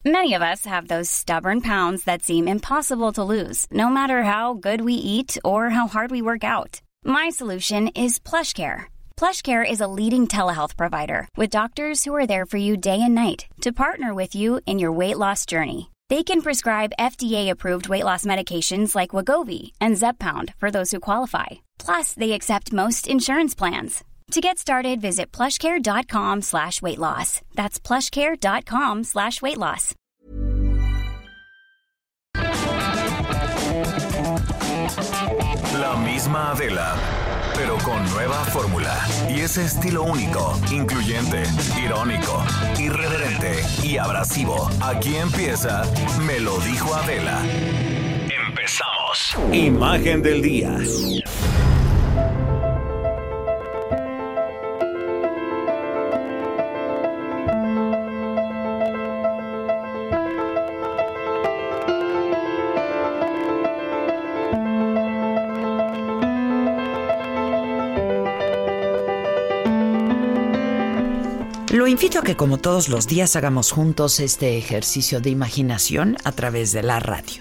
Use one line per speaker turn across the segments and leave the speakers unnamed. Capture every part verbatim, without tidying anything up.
Many of us have those stubborn pounds that seem impossible to lose, no matter how good we eat or how hard we work out. My solution is PlushCare. PlushCare is a leading telehealth provider with doctors who are there for you day and night to partner with you in your weight loss journey. They can prescribe F D A-approved weight loss medications like Wegovy and Zepbound for those who qualify. Plus, they accept most insurance plans. To get started, visit plushcare.com slash weight loss. That's plushcare.com slash weight loss.
La misma Adela, pero con nueva fórmula. Y ese estilo único, incluyente, irónico, irreverente y abrasivo. Aquí empieza Me lo dijo Adela. Empezamos. Imagen del día.
Lo invito a que, como todos los días, hagamos juntos este ejercicio de imaginación a través de la radio.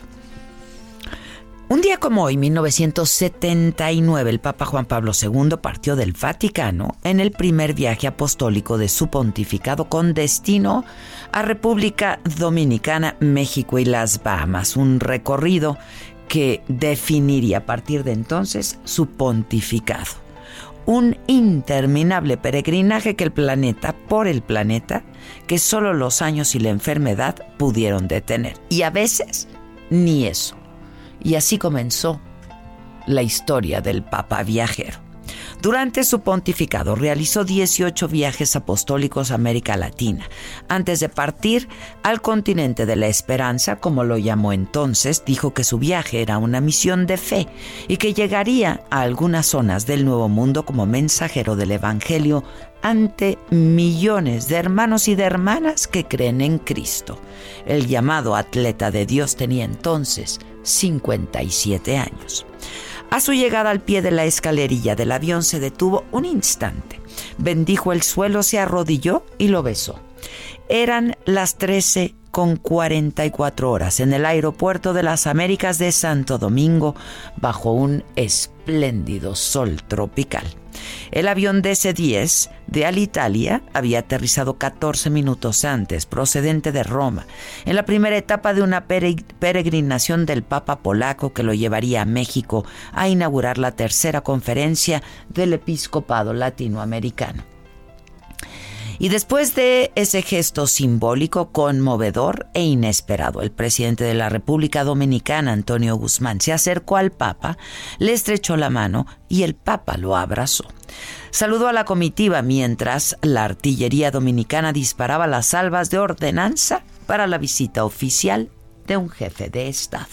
Un día como hoy, mil novecientos setenta y nueve, el Papa Juan Pablo segundo partió del Vaticano en el primer viaje apostólico de su pontificado con destino a República Dominicana, México y las Bahamas. Un recorrido que definiría a partir de entonces su pontificado. Un interminable peregrinaje que el planeta, por el planeta, que solo los años y la enfermedad pudieron detener. Y a veces, ni eso. Y así comenzó la historia del Papa viajero. Durante su pontificado realizó dieciocho viajes apostólicos a América Latina, antes de partir al continente de la esperanza, como lo llamó entonces. Dijo que su viaje era una misión de fe y que llegaría a algunas zonas del Nuevo Mundo como mensajero del Evangelio ante millones de hermanos y de hermanas que creen en Cristo. El llamado atleta de Dios tenía entonces cincuenta y siete años. A su llegada al pie de la escalerilla del avión se detuvo un instante, bendijo el suelo, se arrodilló y lo besó. Eran las trece con cuarenta y cuatro horas en el aeropuerto de las Américas de Santo Domingo, bajo un espléndido sol tropical. El avión D C diez de Alitalia había aterrizado catorce minutos antes, procedente de Roma, en la primera etapa de una peregrinación del Papa polaco que lo llevaría a México a inaugurar la tercera conferencia del Episcopado Latinoamericano. Y después de ese gesto simbólico, conmovedor e inesperado, el presidente de la República Dominicana, Antonio Guzmán, se acercó al Papa, le estrechó la mano y el Papa lo abrazó. Saludó a la comitiva mientras la artillería dominicana disparaba las salvas de ordenanza para la visita oficial de un jefe de Estado.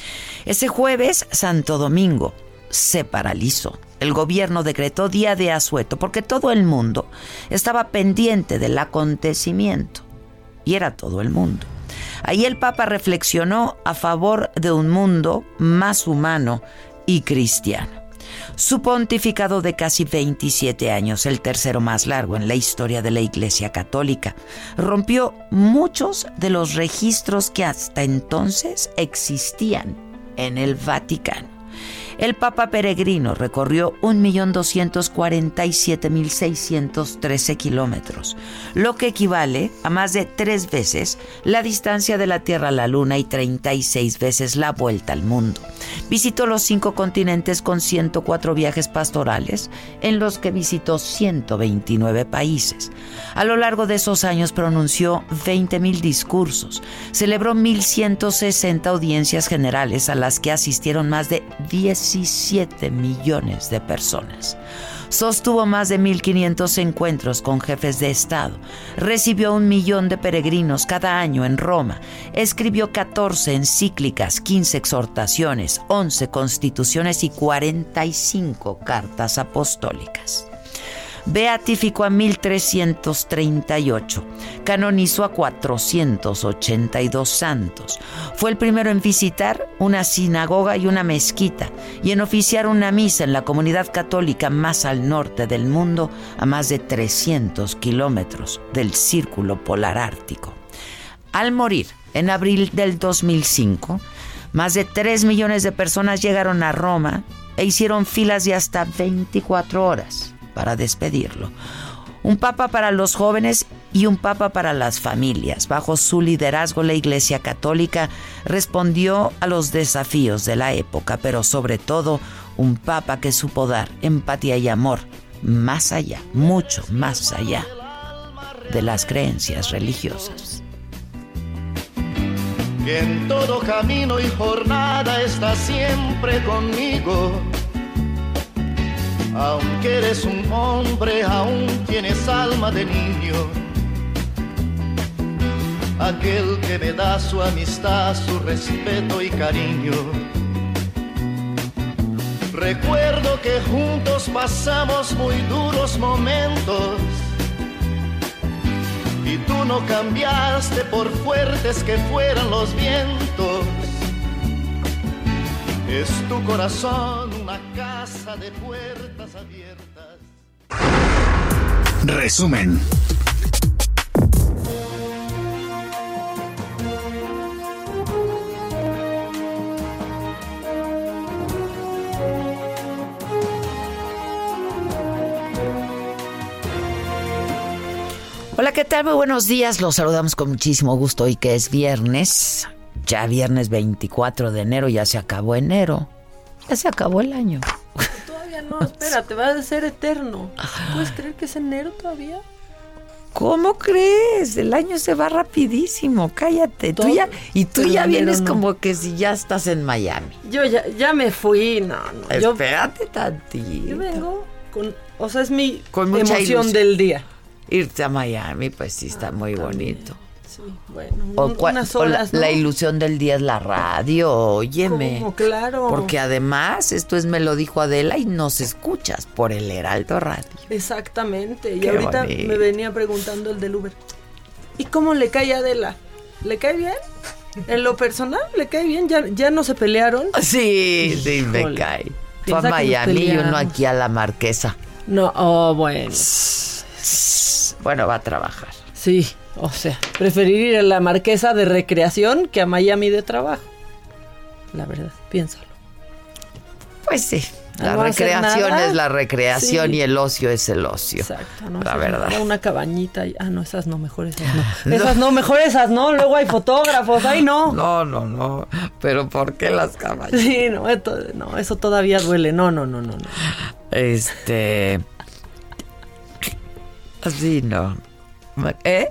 Ese jueves, Santo Domingo se paralizó. El gobierno decretó día de asueto porque todo el mundo estaba pendiente del acontecimiento. Y era todo el mundo. Ahí el Papa reflexionó a favor de un mundo más humano y cristiano. Su pontificado de casi veintisiete años, el tercero más largo en la historia de la Iglesia Católica, rompió muchos de los registros que hasta entonces existían en el Vaticano. El Papa peregrino recorrió un millón doscientos cuarenta y siete mil seiscientos trece kilómetros, lo que equivale a más de tres veces la distancia de la Tierra a la Luna y treinta y seis veces la vuelta al mundo. Visitó los cinco continentes con ciento cuatro viajes pastorales, en los que visitó ciento veintinueve países. A lo largo de esos años pronunció veinte mil discursos, celebró mil ciento sesenta audiencias generales a las que asistieron más de diecisiete millones de personas. Sostuvo más de mil quinientos encuentros con jefes de Estado. Recibió un millón de peregrinos cada año en Roma. Escribió catorce encíclicas, quince exhortaciones, once constituciones y cuarenta y cinco cartas apostólicas. Beatificó a mil trescientos treinta y ocho, canonizó a cuatrocientos ochenta y dos santos. Fue el primero en visitar una sinagoga y una mezquita y en oficiar una misa en la comunidad católica más al norte del mundo, a más de trescientos kilómetros del Círculo Polar Ártico. Al morir, En abril del dos mil cinco, más de tres millones de personas llegaron a Roma e hicieron filas de hasta veinticuatro horas para despedirlo. Un papa para los jóvenes y un papa para las familias. Bajo su liderazgo, la Iglesia Católica respondió a los desafíos de la época, pero sobre todo un papa que supo dar empatía y amor más allá, mucho más allá de las creencias religiosas.
Que en todo camino y jornada está siempre conmigo. Aunque eres un hombre, aún tienes alma de niño. Aquel que me da su amistad, su respeto y cariño. Recuerdo que juntos pasamos muy duros momentos y tú no cambiaste por fuertes que fueran los vientos. Es tu corazón una casa de puertas abiertas.
Resumen.
Hola, ¿qué tal? Muy buenos días. Los saludamos con muchísimo gusto hoy que es viernes. Ya viernes veinticuatro de enero, ya se acabó enero. Ya se acabó el año.
Todavía no, espérate, va a ser eterno. ¿Puedes creer que es enero todavía?
¿Cómo crees? El año se va rapidísimo, cállate. Tú ya, y tú ya vienes no. como que si ya estás en Miami.
Yo ya, ya me fui, no, no.
Espérate
yo,
tantito.
Yo vengo con, o sea, es mi
con mucha
emoción
ilusión
del día.
Irte a Miami, pues sí está ah, muy también. bonito.
Sí, bueno,
o cua-
unas horas,
o la,
¿no?
la ilusión del día es la radio, óyeme.
¿Cómo? Claro.
Porque además, esto es Me lo dijo Adela y nos escuchas por el Heraldo Radio.
Exactamente.
Qué
y ahorita
bonito.
me venía preguntando el del Uber. ¿Y cómo le cae a Adela? ¿Le cae bien? En lo personal, ¿le cae bien? ¿Ya, ya no se pelearon?
Sí, sí,
Híjole.
me cae. Fue a Miami y uno aquí a la Marquesa.
No, oh, bueno.
Bueno, va a trabajar.
Sí, o sea, preferir ir a la Marquesa de recreación que a Miami de trabajo. La verdad, piénsalo.
Pues sí, la
no
recreación es la recreación
sí.
y el ocio es el ocio.
Exacto, no,
la verdad.
Una cabañita. Y, ah, no, esas no, mejor esas no. no. Esas no, mejor esas no. Luego hay fotógrafos, ay no.
No, no, no. Pero ¿por qué las cabañas?
Sí, no, esto, no, eso todavía duele. No, no, no, no, no.
Este... Así no. ¿Eh?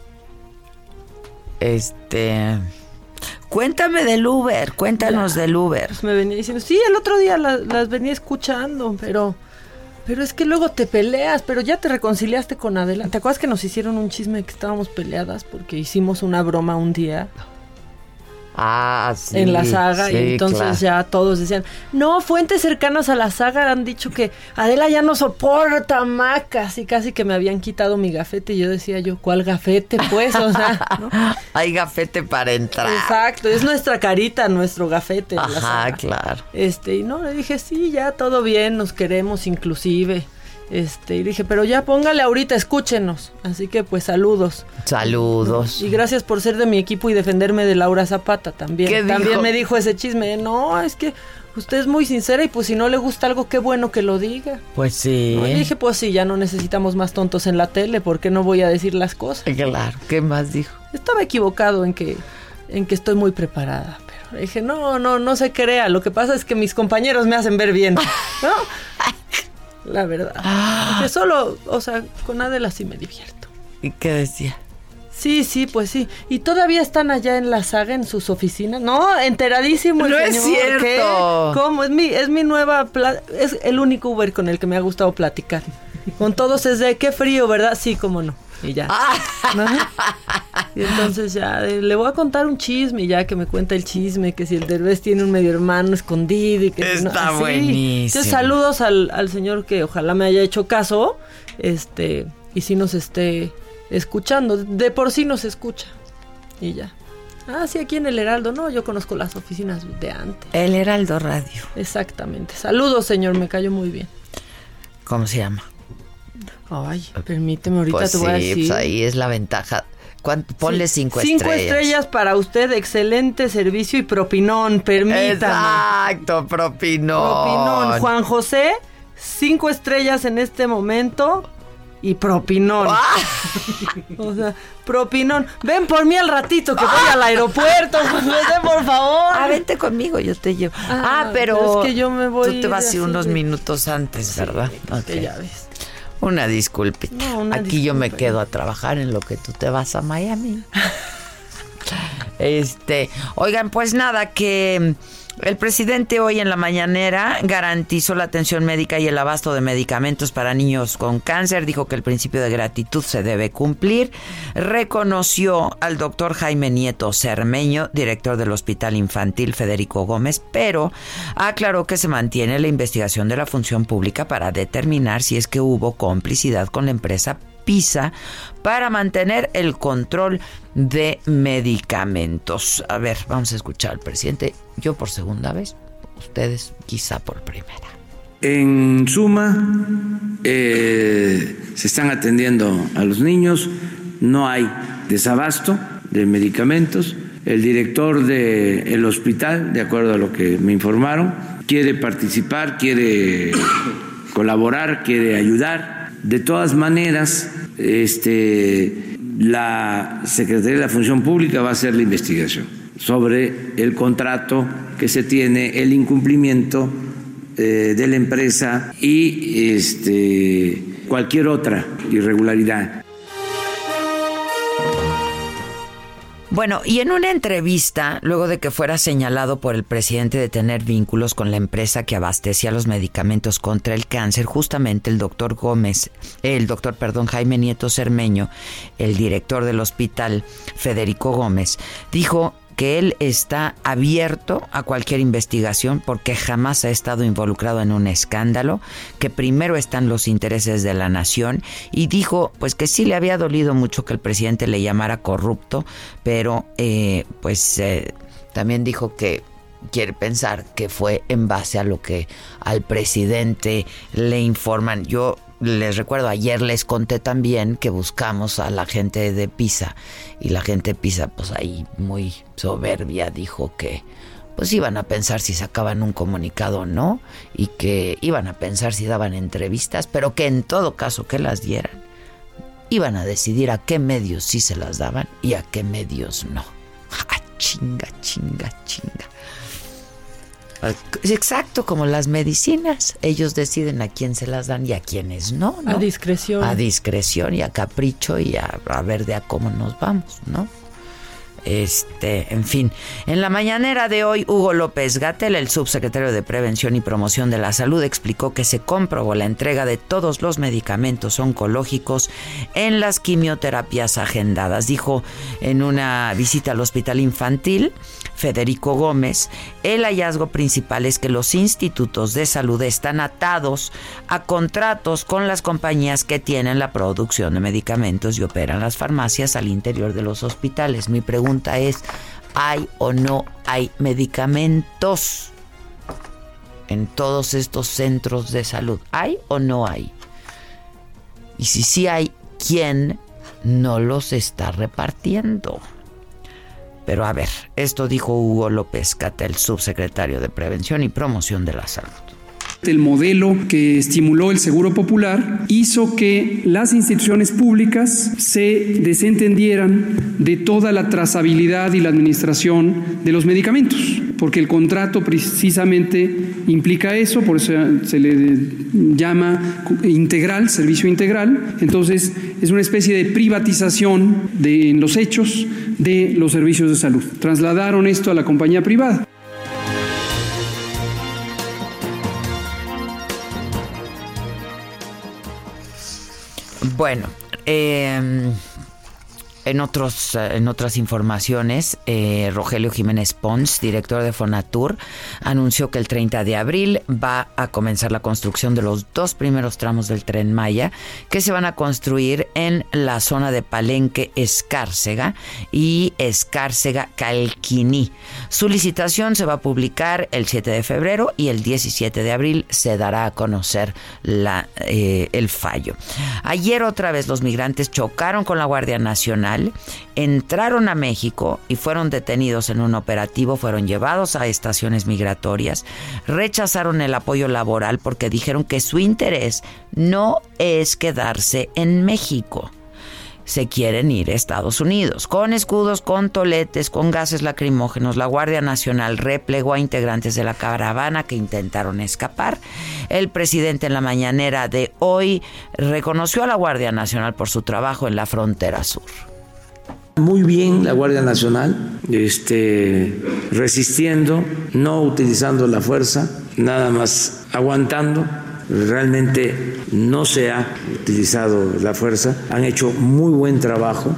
Este... Cuéntame del Uber, cuéntanos ya, del Uber.
Pues me venía diciendo, sí, el otro día las, las venía escuchando, pero... Pero es que luego te peleas, pero ya te reconciliaste con Adela. ¿Te acuerdas que nos hicieron un chisme de que estábamos peleadas porque hicimos una broma un día?
Ah, sí.
En la saga,
sí,
y entonces claro. ya todos decían, no, fuentes cercanas a la saga han dicho que Adela ya no soporta macas, y casi que me habían quitado mi gafete, y yo decía yo, ¿cuál gafete pues? O sea, ¿no?
Hay gafete para entrar.
Exacto, es nuestra carita, nuestro gafete.
Ajá,
la saga.
claro.
Este, y no, le dije, sí, ya todo bien, nos queremos inclusive. Este, y dije, pero ya póngale ahorita, escúchenos. Así que pues saludos.
Saludos.
Y gracias por ser de mi equipo y defenderme de Laura Zapata también.
¿Qué
también
dijo?
me dijo ese chisme. No, es que usted es muy sincera y pues si no le gusta algo, qué bueno que lo diga.
Pues sí.
No, y dije, pues sí, ya no necesitamos más tontos en la tele, ¿por qué no voy a decir las cosas?
Claro, ¿qué más dijo?
Estaba equivocado en que, en que estoy muy preparada, pero dije, no, no, no se crea, lo que pasa es que mis compañeros me hacen ver bien, ¿no? La verdad. Ah. Que solo, o sea, con Adela sí me divierto.
¿Y qué decía?
Sí, sí, pues sí. ¿Y todavía están allá en la saga, en sus oficinas? No, enteradísimo el
No
señor.
es cierto.
¿Qué? ¿Cómo? Es mi, es mi nueva... Pla- es el único Uber con el que me ha gustado platicar. Con todos es de, qué frío, ¿verdad? Sí, cómo no. Y ya. ¿No? Y entonces ya, de, le voy a contar un chisme, y ya que me cuenta el chisme, que si el Derbez tiene un medio hermano escondido y que
está
no,
buenísimo.
Entonces saludos al, al señor que ojalá me haya hecho caso, este, y si nos esté escuchando, de por sí nos escucha, y ya. Ah, sí, aquí en el Heraldo, no, yo conozco las oficinas de antes.
El Heraldo Radio.
Exactamente. Saludos, señor, me cayó muy bien.
¿Cómo se llama?
Ay, permíteme, ahorita
pues
te voy
sí,
a decir.
Pues ahí es la ventaja. ¿Cuánto? Ponle
Sí,
cinco,
cinco
estrellas.
Cinco estrellas para usted, excelente servicio y propinón, permítame.
Exacto, propinón.
Propinón. Juan José, cinco estrellas en este momento y propinón.
Ah.
O sea, propinón. Ven por mí al ratito que voy al aeropuerto, Juan José, por favor.
Ah, vente conmigo, yo te llevo. Ah,
Ah,
pero,
pero es que yo me voy
tú te vas a ir
así
unos
de-
minutos antes,
Sí,
¿verdad?
pues, que
Ok.
ya ves.
Una disculpita.
No, una
Aquí yo me
disculpa.
quedo a trabajar en lo que tú te vas a Miami. Este, oigan, pues nada, que el presidente hoy en la mañanera garantizó la atención médica y el abasto de medicamentos para niños con cáncer. Dijo que el principio de gratitud se debe cumplir. Reconoció al doctor Jaime Nieto Cermeño, director del Hospital Infantil Federico Gómez, pero aclaró que se mantiene la investigación de la función pública para determinar si es que hubo complicidad con la empresa PISA para mantener el control de medicamentos. A ver, vamos a escuchar al presidente, yo por segunda vez, ustedes quizá por primera.
En suma, eh, se están atendiendo a los niños, no hay desabasto de medicamentos. El director del hospital, de acuerdo a lo que me informaron, quiere participar, quiere colaborar, quiere ayudar. De todas maneras, este, la Secretaría de la Función Pública va a hacer la investigación sobre el contrato que se tiene, el incumplimiento eh, de la empresa y este, cualquier otra irregularidad.
Bueno, y en una entrevista, luego de que fuera señalado por el presidente de tener vínculos con la empresa que abastecía los medicamentos contra el cáncer, justamente el doctor Gómez, el doctor, perdón, Jaime Nieto Cermeño, el director del hospital Federico Gómez, dijo que él está abierto a cualquier investigación porque jamás ha estado involucrado en un escándalo, que primero están los intereses de la nación, y dijo pues que sí le había dolido mucho que el presidente le llamara corrupto, pero eh, pues eh, también dijo que quiere pensar que fue en base a lo que al presidente le informan. Yo les recuerdo, ayer les conté también que buscamos a la gente de PISA y la gente de PISA pues ahí muy soberbia dijo que pues iban a pensar si sacaban un comunicado o no y que iban a pensar si daban entrevistas, pero que en todo caso que las dieran iban a decidir a qué medios sí se las daban y a qué medios no. ¡Ah, chinga, chinga, chinga! Exacto, como las medicinas. Ellos deciden a quién se las dan y a quiénes no, ¿no?
A discreción.
A discreción y a capricho y a, a ver de a cómo nos vamos, ¿no? Este, en fin, en la mañanera de hoy, Hugo López-Gatell, el subsecretario de Prevención y Promoción de la Salud, explicó que se comprobó la entrega de todos los medicamentos oncológicos en las quimioterapias agendadas. Dijo en una visita al Hospital Infantil Federico Gómez, el hallazgo principal es que los institutos de salud están atados a contratos con las compañías que tienen la producción de medicamentos y operan las farmacias al interior de los hospitales. Mi pregunta es, ¿hay o no hay medicamentos en todos estos centros de salud? ¿Hay o no hay? Y si sí hay, ¿quién no los está repartiendo? Pero a ver, esto dijo Hugo López-Gatell, subsecretario de Prevención y Promoción de la Salud.
El modelo que estimuló el Seguro Popular hizo que las instituciones públicas se desentendieran de toda la trazabilidad y la administración de los medicamentos, porque el contrato precisamente implica eso, por eso se le llama integral, servicio integral. Entonces es una especie de privatización de, en los hechos de los servicios de salud. Trasladaron esto a la compañía privada.
Bueno, eh, en otros, en otras informaciones, eh, Rogelio Jiménez Pons, director de Fonatur, anunció que el treinta de abril va a comenzar la construcción de los dos primeros tramos del Tren Maya, que se van a construir en la zona de Palenque Escárcega y Escárcega Calquiní. Su licitación se va a publicar el siete de febrero y el diecisiete de abril se dará a conocer la, eh, el fallo. Ayer otra vez los migrantes chocaron con la Guardia Nacional nacional, entraron a México y fueron detenidos en un operativo, fueron llevados a estaciones migratorias, rechazaron el apoyo laboral porque dijeron que su interés no es quedarse en México. Se quieren ir a Estados Unidos. Con escudos, con toletes, con gases lacrimógenos, la Guardia Nacional replegó a integrantes de la caravana que intentaron escapar. El presidente en la mañanera de hoy reconoció a la Guardia Nacional por su trabajo en la frontera sur.
Muy bien la Guardia Nacional, este, resistiendo, no utilizando la fuerza, nada más aguantando. Realmente no se ha utilizado la fuerza, han hecho muy buen trabajo.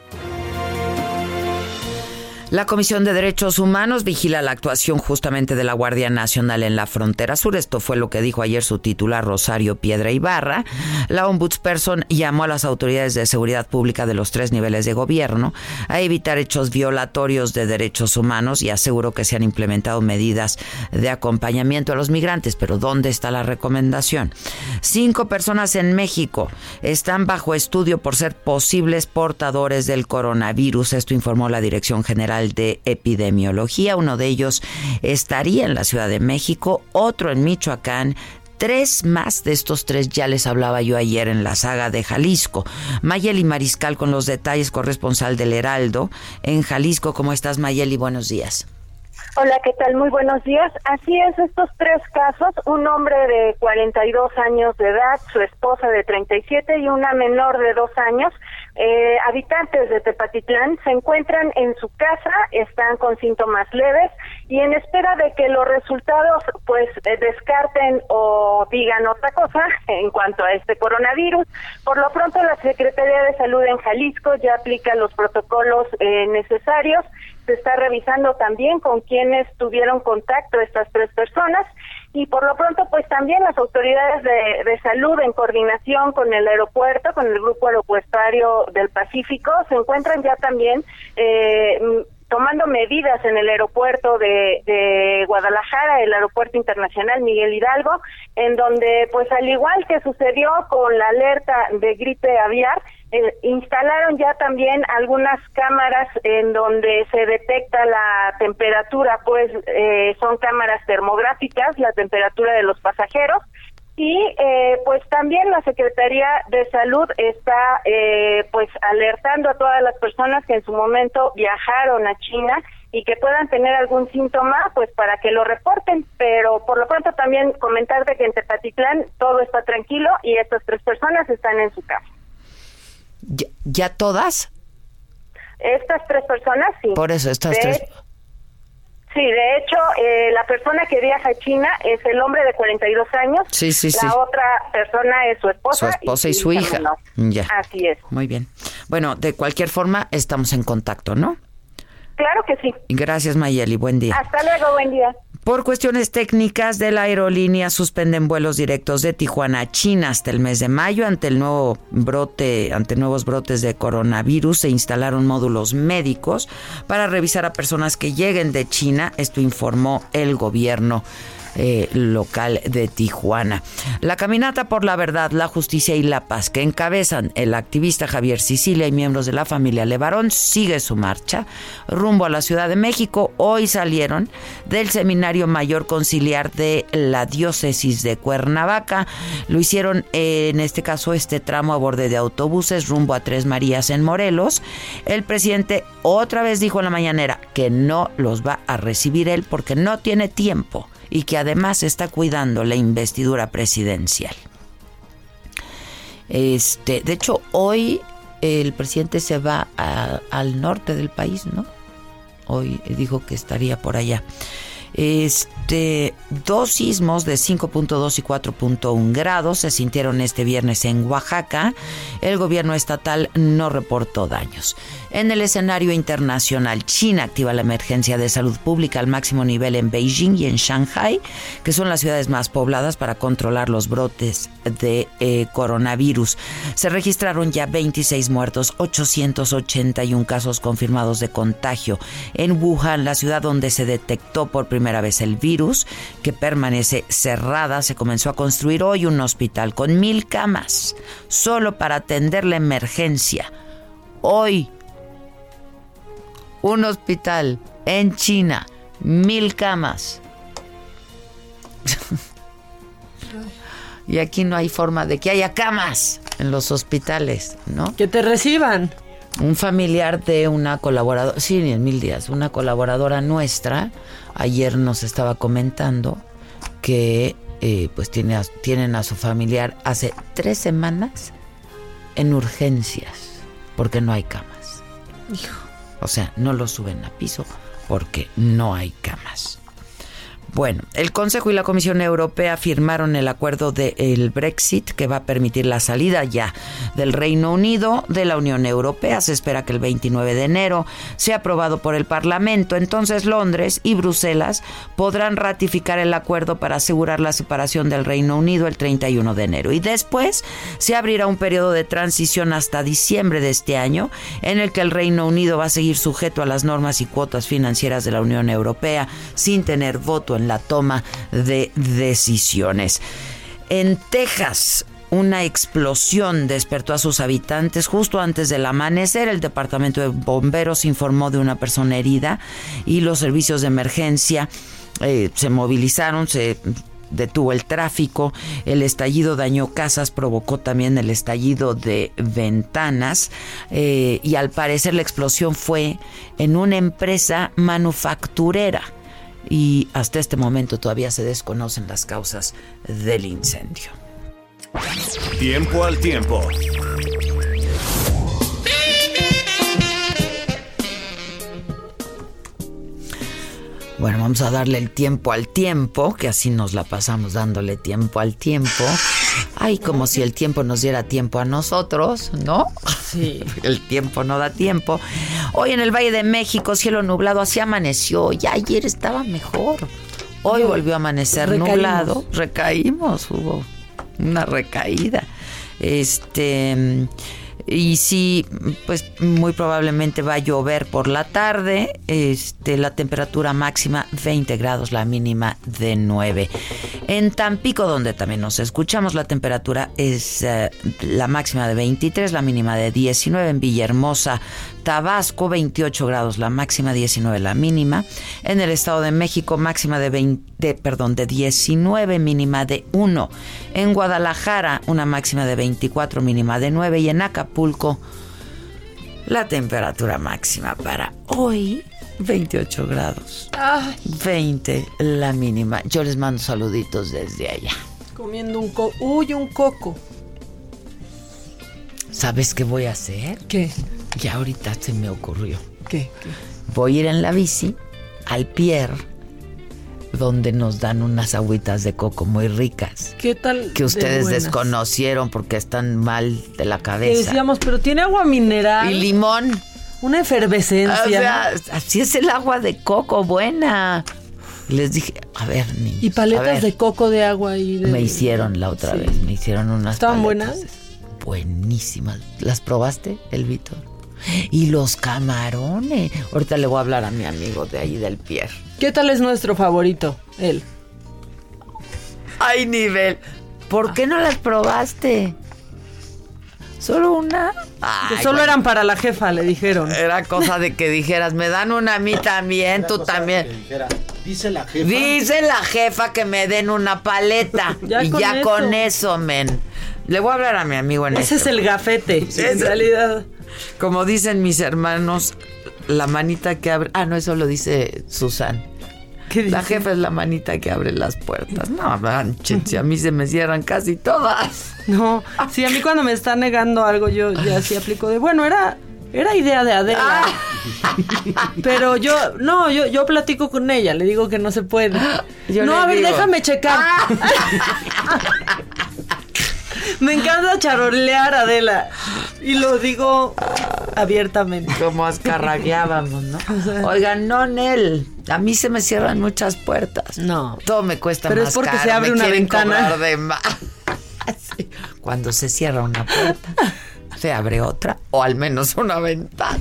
La Comisión de Derechos Humanos vigila la actuación justamente de la Guardia Nacional en la frontera sur. Esto fue lo que dijo ayer su titular Rosario Piedra Ibarra. La ombudsperson llamó a las autoridades de seguridad pública de los tres niveles de gobierno a evitar hechos violatorios de derechos humanos y aseguró que se han implementado medidas de acompañamiento a los migrantes. Pero ¿dónde está la recomendación? Cinco personas en México están bajo estudio por ser posibles portadores del coronavirus. Esto informó la Dirección General de Epidemiología. Uno de ellos estaría en la Ciudad de México, otro en Michoacán. Tres más de estos tres ya les hablaba yo ayer en la saga de Jalisco. Mayeli Mariscal con los detalles, corresponsal del Heraldo en Jalisco. ¿Cómo estás, Mayeli? Buenos días.
Hola, ¿qué tal? Muy buenos días. Así es, estos tres casos, un hombre de cuarenta y dos años de edad, su esposa de treinta y siete y una menor de dos años, eh, habitantes de Tepatitlán, se encuentran en su casa, están con síntomas leves y en espera de que los resultados pues eh, descarten o digan otra cosa en cuanto a este coronavirus. Por lo pronto, la Secretaría de Salud en Jalisco ya aplica los protocolos eh, necesarios. Se está revisando también con quienes tuvieron contacto estas tres personas y por lo pronto pues también las autoridades de, de salud en coordinación con el aeropuerto, con el Grupo Aeropuertario del Pacífico, se encuentran ya también eh, tomando medidas en el aeropuerto de, de Guadalajara, el aeropuerto internacional Miguel Hidalgo, en donde pues al igual que sucedió con la alerta de gripe aviar, Eh, instalaron ya también algunas cámaras en donde se detecta la temperatura, pues eh, son cámaras termográficas, la temperatura de los pasajeros, y eh, pues también la Secretaría de Salud está eh, pues alertando a todas las personas que en su momento viajaron a China y que puedan tener algún síntoma, pues para que lo reporten, pero por lo pronto también comentarte que en Tepatitlán todo está tranquilo y estas tres personas están en su casa.
¿Ya, ya todas?
Estas tres personas, sí.
Por eso, estas
de,
tres.
Sí, de hecho, eh, la persona que viaja a China es el hombre de cuarenta y dos años.
Sí, sí,
la
sí.
otra persona es su esposa.
Su esposa y, y su hija.
Menor.
Ya.
Así es.
Muy bien. Bueno, de cualquier forma, estamos en contacto, ¿no?
Claro que sí.
Gracias, Mayeli. Buen día.
Hasta luego, buen día.
Por cuestiones técnicas de la aerolínea suspenden vuelos directos de Tijuana a China hasta el mes de mayo ante el nuevo brote, ante nuevos brotes de coronavirus. Se instalaron módulos médicos para revisar a personas que lleguen de China. Esto informó el gobierno Eh, local de Tijuana. La caminata por la verdad, la justicia y la paz que encabezan el activista Javier Sicilia y miembros de la familia Levarón sigue su marcha rumbo a la Ciudad de México. Hoy salieron del Seminario Mayor Conciliar de la Diócesis de Cuernavaca. Lo hicieron eh, en este caso este tramo a borde de autobuses rumbo a Tres Marías en Morelos. El presidente otra vez dijo en la mañanera que no los va a recibir él porque no tiene tiempo y que además está cuidando la investidura presidencial. Este, de hecho, hoy el presidente se va a, al norte del país, ¿no? Hoy dijo que estaría por allá. Este, dos sismos de cinco punto dos y cuatro punto uno grados se sintieron este viernes en Oaxaca. El gobierno estatal no reportó daños. En el escenario internacional, China activa la emergencia de salud pública al máximo nivel en Beijing y en Shanghai, que son las ciudades más pobladas, para controlar los brotes de eh, coronavirus. Se registraron ya veintiséis muertos, ochocientos ochenta y uno casos confirmados de contagio. En Wuhan, la ciudad donde se detectó por primera vez el virus, que permanece cerrada, se comenzó a construir hoy un hospital con mil camas, solo para atender la emergencia. Hoy un hospital en China, mil camas. Y aquí no hay forma de que haya camas en los hospitales, ¿no?
Que te reciban.
Un familiar de una colaboradora, sí, en mil días, una colaboradora nuestra, ayer nos estaba comentando que eh, pues tiene a, tienen a su familiar hace tres semanas en urgencias, porque no hay camas.
Hijo.
O sea, no lo suben a piso porque no hay camas. Bueno, el Consejo y la Comisión Europea firmaron el acuerdo del Brexit que va a permitir la salida ya del Reino Unido de la Unión Europea. Se espera que el veintinueve de enero sea aprobado por el Parlamento. Entonces Londres y Bruselas podrán ratificar el acuerdo para asegurar la separación del Reino Unido el treinta y uno de enero. Y después se abrirá un periodo de transición hasta diciembre de este año en el que el Reino Unido va a seguir sujeto a las normas y cuotas financieras de la Unión Europea sin tener voto en la toma de decisiones. En Texas, una explosión despertó a sus habitantes justo antes del amanecer. El departamento de bomberos informó de una persona herida y los servicios de emergencia eh, se movilizaron, se detuvo el tráfico. El estallido dañó casas, provocó también el estallido de ventanas eh, y al parecer la explosión fue en una empresa manufacturera. Y hasta este momento todavía se desconocen las causas del incendio.
Tiempo al tiempo.
Bueno, vamos a darle el tiempo al tiempo, que así nos la pasamos dándole tiempo al tiempo. Ay, como si el tiempo nos diera tiempo a nosotros, ¿no?
Sí.
El tiempo no da tiempo. Hoy en el Valle de México, cielo nublado, así amaneció. Ya ayer estaba mejor. Hoy volvió a amanecer
Recaímos.
nublado. Recaímos, hubo una recaída. Este... Y sí, pues muy probablemente va a llover por la tarde. Este, la temperatura máxima veinte grados, la mínima de nueve. En Tampico, donde también nos escuchamos, la temperatura es uh, la máxima de veintitrés, la mínima de diecinueve. En Villahermosa, Tabasco, veintiocho grados, la máxima, diecinueve la mínima. En el Estado de México, máxima de veinte, perdón, de diecinueve, mínima de uno. En Guadalajara, una máxima de veinticuatro, mínima de nueve. Y en Acapulco, la temperatura máxima para hoy, veintiocho grados.
Ay.
veinte la mínima. Yo les mando saluditos desde allá.
Comiendo un coco. Uy, un coco.
¿Sabes qué voy a hacer?
¿Qué?
Ya ahorita se me ocurrió.
¿Qué? ¿Qué?
Voy a ir en la bici al Pier, donde nos dan unas agüitas de coco muy ricas.
¿Qué tal?
Que ustedes
de
desconocieron porque están mal de la
Que
cabeza.
decíamos, pero tiene agua mineral.
Y limón.
Una efervescencia.
O sea, así es el agua de coco, buena. Les dije, a ver, niños.
Y paletas
a ver.
de coco de agua y de...
Me hicieron la otra
Sí.
vez, me hicieron unas
¿Estaban
paletas.
buenas?
Buenísimas. ¿Las probaste, el Víctor? Y los camarones. Ahorita le voy a hablar a mi amigo de ahí del Pier.
¿Qué tal es nuestro favorito? Él.
¡Ay, nivel! ¿Por qué no las probaste? ¿Solo una? Ay,
Que solo
bueno.
eran para la jefa, le dijeron.
Era cosa de que dijeras, me dan una a mí también, tú también.
Dice la jefa.
Dice la jefa que me den una paleta.
Ya
y
con
ya
eso.
con eso, men. Le voy a hablar a mi amigo en
Ese
este
es el gafete, en realidad.
Como dicen mis hermanos, la manita que abre... Ah, no, eso lo dice Susan.
¿Qué dice?
La jefa es la manita que abre las puertas. No, manches, si a mí se me cierran casi todas.
No, sí, a mí cuando me está negando algo, yo ya sí aplico de, bueno, era, era idea de Adela. Pero yo, no, yo, yo platico con ella, le digo que no se puede.
Yo
no,
le
a ver,
digo.
déjame checar. Me encanta charolear, Adela. Y lo digo abiertamente.
Como ascarragueábamos, ¿no? Oigan, no, Nel, a mí se me cierran muchas puertas.
No.
Todo me cuesta
Pero
más
es porque
caro,
se abre
me
una
quieren
ventana.
cobrar de más. Sí. Cuando se cierra una puerta, se abre otra, o al menos una ventana.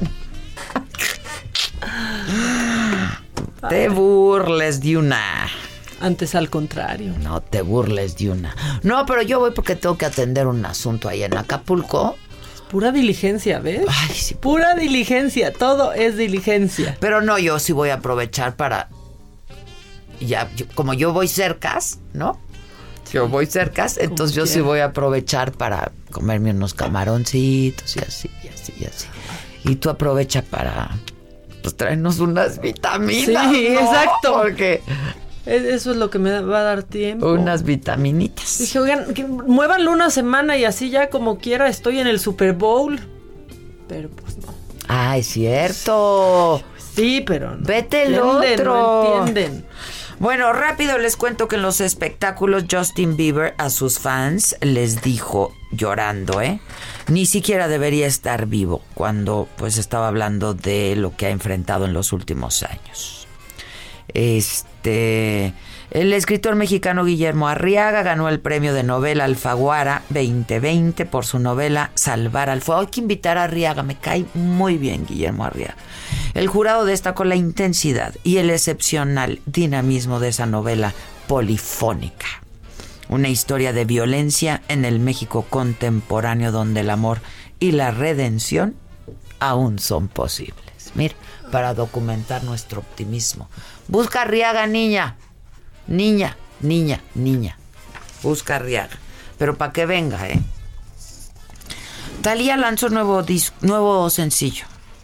Te burles de una.
Antes al contrario.
No te burles de una. No, pero yo voy porque tengo que atender un asunto ahí en Acapulco.
Pura diligencia, ¿ves?
Ay, sí.
Pura diligencia, todo es diligencia.
Pero no, yo sí voy a aprovechar para... Ya, yo, como yo voy cercas, ¿no? Yo voy cercas, entonces yo sí voy a aprovechar para comerme unos camaroncitos y así, y así, y así. Y tú aprovecha para, pues, traernos unas vitaminas.
Sí,
¿no?
exacto.
Porque
eso es lo que me va a dar tiempo.
Unas vitaminitas.
Dije, oigan, que muévanlo una semana y así ya como quiera estoy en el Super Bowl. Pero pues no.
Ah, es cierto.
Sí, pero no.
Vete el
entienden,
otro.
No entienden.
Bueno, rápido les cuento que en los espectáculos Justin Bieber a sus fans les dijo, llorando, ¿eh? Ni siquiera debería estar vivo, cuando pues estaba hablando de lo que ha enfrentado en los últimos años. Este... El escritor mexicano Guillermo Arriaga ganó el premio de novela Alfaguara veinte veinte por su novela Salvar al Fuego. Hay que invitar a Arriaga, me cae muy bien Guillermo Arriaga. El jurado destacó la intensidad y el excepcional dinamismo de esa novela polifónica. Una historia de violencia en el México contemporáneo donde el amor y la redención aún son posibles. Mira, para documentar nuestro optimismo. Busca a Arriaga, niña. Niña, niña, niña. Busca a Arriaga. Pero para que venga, ¿eh? Thalía lanzó nuevo disco, nuevo sencillo.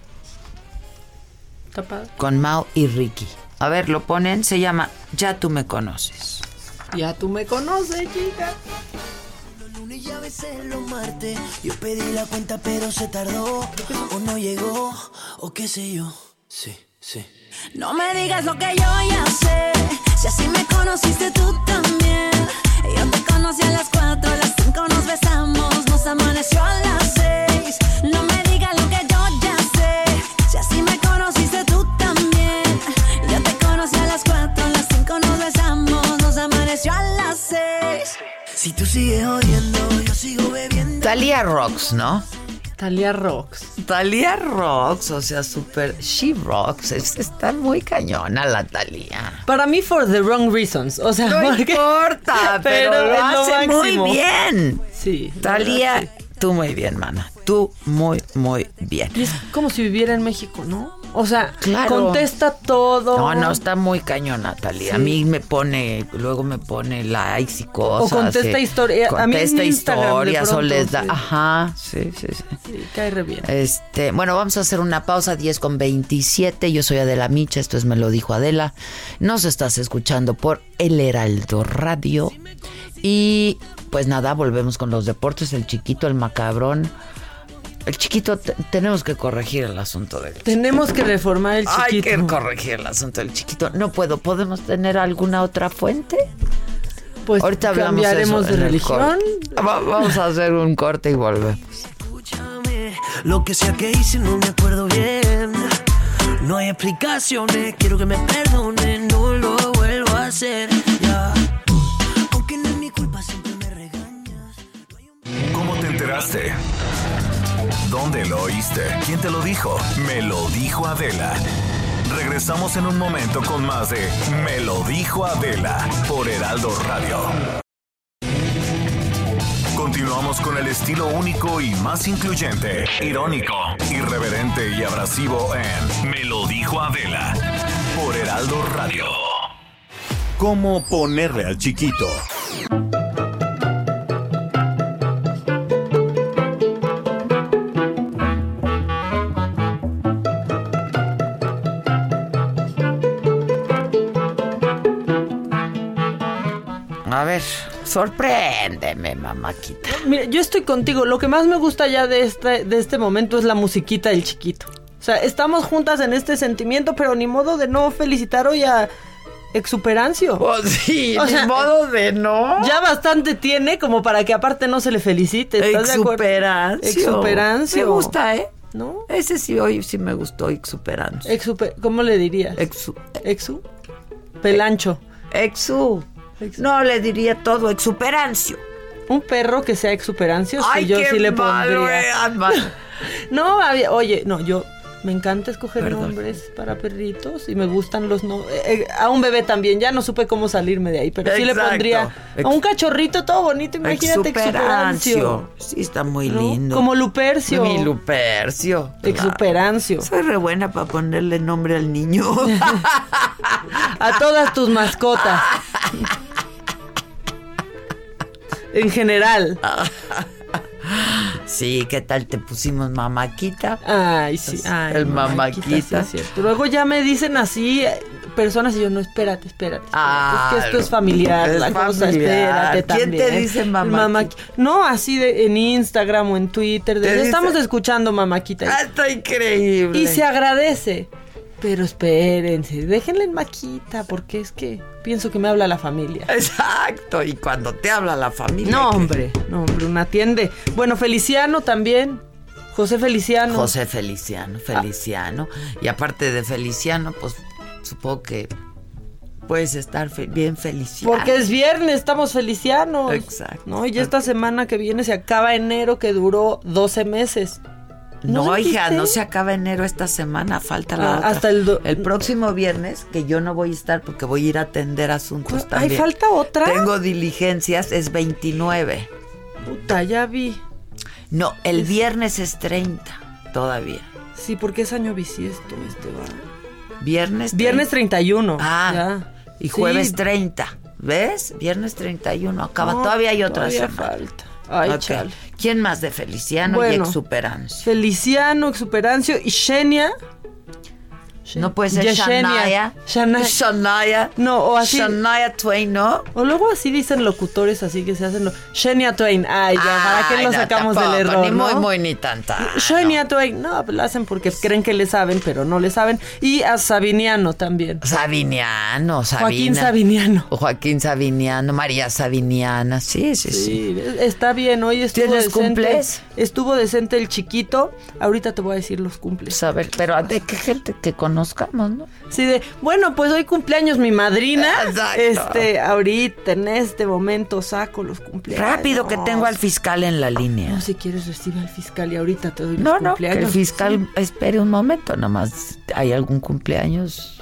Está padre.
Con Mau y Ricky. A ver, lo ponen, se llama Ya tú me conoces.
Ya tú me conoces, chica.
Los lunes y a veces los martes. Yo pedí la cuenta pero se tardó. O no llegó, o qué sé yo. Sí, sí.
No me digas lo que yo ya sé. Si así me conociste tú también. Yo te conocí a las cuatro, a las cinco nos besamos. Nos amaneció a las seis. No me digas lo que yo ya sé. Si así me conociste tú también. Yo te conocí a las cuatro, a las cinco nos besamos. Nos amaneció a las seis.
Si tú sigues odiando, yo sigo bebiendo.
Thalía rocks, ¿no?
Thalía rocks.
Thalía rocks, o sea, súper... She rocks. Es, está muy cañona la Thalía.
Para mí, for the wrong reasons. O sea,
no
porque...
importa, pero, pero lo hace lo muy bien.
Sí.
Thalía,
sí.
Tú muy bien, mana. Tú muy, muy bien.
Y es como si viviera en México, ¿no? O sea,
claro.
Contesta todo.
No, no, está muy cañona, Thalía. Sí. A mí me pone, luego me pone likes y cosas.
O contesta
sí.
historias.
Contesta
a mí
historias o les da. Sí. Ajá, sí, sí, sí.
Sí, cae re bien.
Este, bueno, vamos a hacer una pausa, diez con veintisiete. Yo soy Adela Micha, esto es Me lo dijo Adela. Nos estás escuchando por El Heraldo Radio. Y pues nada, volvemos con los deportes. El chiquito, el macabrón. El chiquito, t- tenemos que corregir el asunto del chiquito.
Tenemos que reformar el chiquito.
Hay que corregir el asunto del chiquito. No puedo, ¿podemos tener alguna otra fuente?
Pues
ahorita hablamos
cambiaremos
eso
de religión.
Va- vamos a hacer un corte y volvemos.
Escúchame, lo que sea que hice no me acuerdo bien. No hay explicaciones, quiero que me perdone, no lo vuelvo a hacer. Ya. Aunque no es mi culpa, siempre me regañas.
¿Cómo te enteraste? ¿Dónde lo oíste? ¿Quién te lo dijo? Me lo dijo Adela. Regresamos en un momento con más de Me lo dijo Adela por Heraldo Radio. Continuamos con el estilo único y más incluyente, irónico, irreverente y abrasivo en Me lo dijo Adela por Heraldo Radio. ¿Cómo ponerle al chiquito?
A ver, sorpréndeme, mamáquita.
Mira, yo estoy contigo. Lo que más me gusta ya de este, de este momento es la musiquita del chiquito. O sea, estamos juntas en este sentimiento, pero ni modo de no felicitar hoy a Exuperancio.
Pues sí,
o
ni
sea,
modo de no.
Ya bastante tiene como para que aparte no se le felicite. ¿Estás de acuerdo?
Exuperancio.
Exuperancio.
Me gusta, ¿eh?
¿No?
Ese sí, hoy sí me gustó, Exuperancio.
Exuper, ¿cómo le dirías?
Exu.
Exu. Pelancho.
Exu. No, le diría todo Exuperancio.
Un perro que sea Exuperancio,
Ay,
sí, yo
qué
sí le
malo,
pondría.
eh, Alma.
No, había, oye, no, yo Me encanta escoger
Perdón.
nombres para perritos y me gustan los nombres. Eh, a un bebé también, ya no supe cómo salirme de ahí, pero sí le
Exacto.
pondría a un cachorrito todo bonito, imagínate, Exuperancio.
Sí, está muy
¿No?
lindo.
Como Lupercio.
Mi Lupercio.
Exuperancio.
Soy re buena para ponerle nombre al niño.
A todas tus mascotas. En general.
Sí, ¿qué tal te pusimos Mamaquita?
Ay, sí. Ay,
el
Mamaquita,
Mamaquita.
sí es cierto. Luego ya me dicen así eh, personas y yo, no, espérate, espérate. espérate.
Ah,
es que esto es familiar,
es
la cosa,
familiar.
espérate
¿Quién
también.
te dice Mamaquita?
Mamaqui- No, así de, en Instagram o en Twitter. De,
¿Te dice?
estamos escuchando Mamaquita.
Ah, está increíble.
Y se agradece. Pero espérense, déjenle en Maquita, porque es que pienso que me habla la familia.
Exacto, y cuando te habla la familia.
No,
que-
hombre, no, hombre, una atiende. Bueno, Feliciano también. José Feliciano.
José Feliciano, Feliciano. Y aparte de Feliciano, pues supongo que puedes estar fe- bien Feliciano.
Porque es viernes, estamos felicianos.
Exacto.
¿No? Y ya esta semana que viene se acaba enero, que duró doce meses.
No,
¿No
hija,
sentiste?
no se acaba enero esta semana, falta la
Ah,
otra.
hasta el do-
el próximo viernes, que yo no voy a estar porque voy a ir a atender asuntos
Ay,
también.
¿falta otra?
Tengo diligencias, es veintinueve.
Puta, ya vi.
No, el viernes es treinta todavía.
Sí, porque es año bisiesto este va.
Viernes
Viernes treinta y uno.
Ah,
ya.
y jueves
Sí.
treinta. ¿Ves? Viernes treinta y uno. Acaba.
No,
todavía hay otra
todavía
semana.
falta. Ay,
Ok.
chale.
¿Quién más de Feliciano y
Bueno.
Exuperancio?
Feliciano, Exuperancio y Xenia.
No puede ser
Yesenia.
Shania.
Shania.
Shania.
No, o así.
Shania Twain, ¿no?
O luego así dicen locutores así que se hacen lo... Shania Twain. Ay, ya, ¿para qué
Ay,
lo
no,
sacamos
tampoco,
del error,
Ni
no?
muy, muy, ni tanta.
Shania Twain. No, pues lo hacen porque creen que le saben, pero no le saben. Y a Sabiniano también.
Sabiniano, Sabina.
Joaquín Sabiniano.
Joaquín Sabiniano, María Sabiniana. Sí, sí, sí.
Sí, está bien. Hoy estuvo
¿Tienes
decente.
cumples?
Estuvo decente el chiquito. Ahorita te voy a decir los cumples.
A ver, pero de qué gente que conozcamos, ¿no?
Sí, de, bueno, pues hoy cumpleaños mi madrina.
Exacto.
Este, ahorita, en este momento, saco los cumpleaños.
Rápido, que tengo al fiscal en la línea.
No, si quieres recibe al fiscal y ahorita te doy los
No, no, que
cumpleaños.
el fiscal
Sí.
espere un momento, nomás. ¿Hay algún cumpleaños?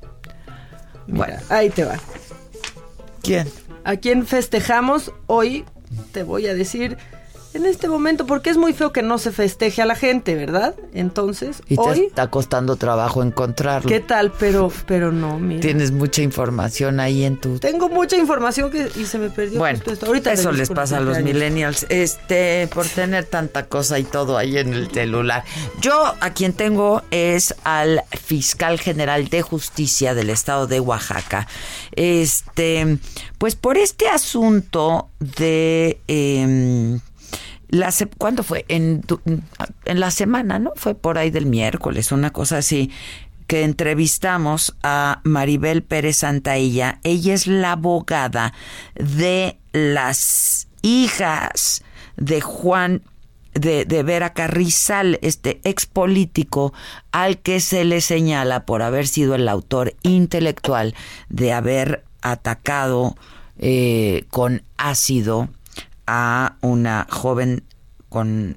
Mira,
Bueno.
ahí te va.
¿Quién?
¿A quién festejamos hoy? Te voy a decir en este momento, porque es muy feo que no se festeje a la gente, ¿verdad? Entonces,
Y te
hoy,
está costando trabajo encontrarlo.
¿qué tal? Pero, pero no, mira.
Tienes mucha información ahí en tu...
Tengo mucha información que y se me perdió
Bueno,
justo esto. Ahorita
eso
reviso
les
con
pasa a los
cumpleaños.
millennials, este, por tener tanta cosa y todo ahí en el celular. Yo a quien tengo es al fiscal general de justicia del estado de Oaxaca. Este, pues por este asunto de eh, la se- ¿cuándo fue? En, tu- en la semana, ¿no? Fue por ahí del miércoles, una cosa así, que entrevistamos a Maribel Pérez Santaella. Ella es la abogada de las hijas de Juan de, de Vera Carrizal, este ex político al que se le señala por haber sido el autor intelectual de haber atacado eh, con ácido a una joven con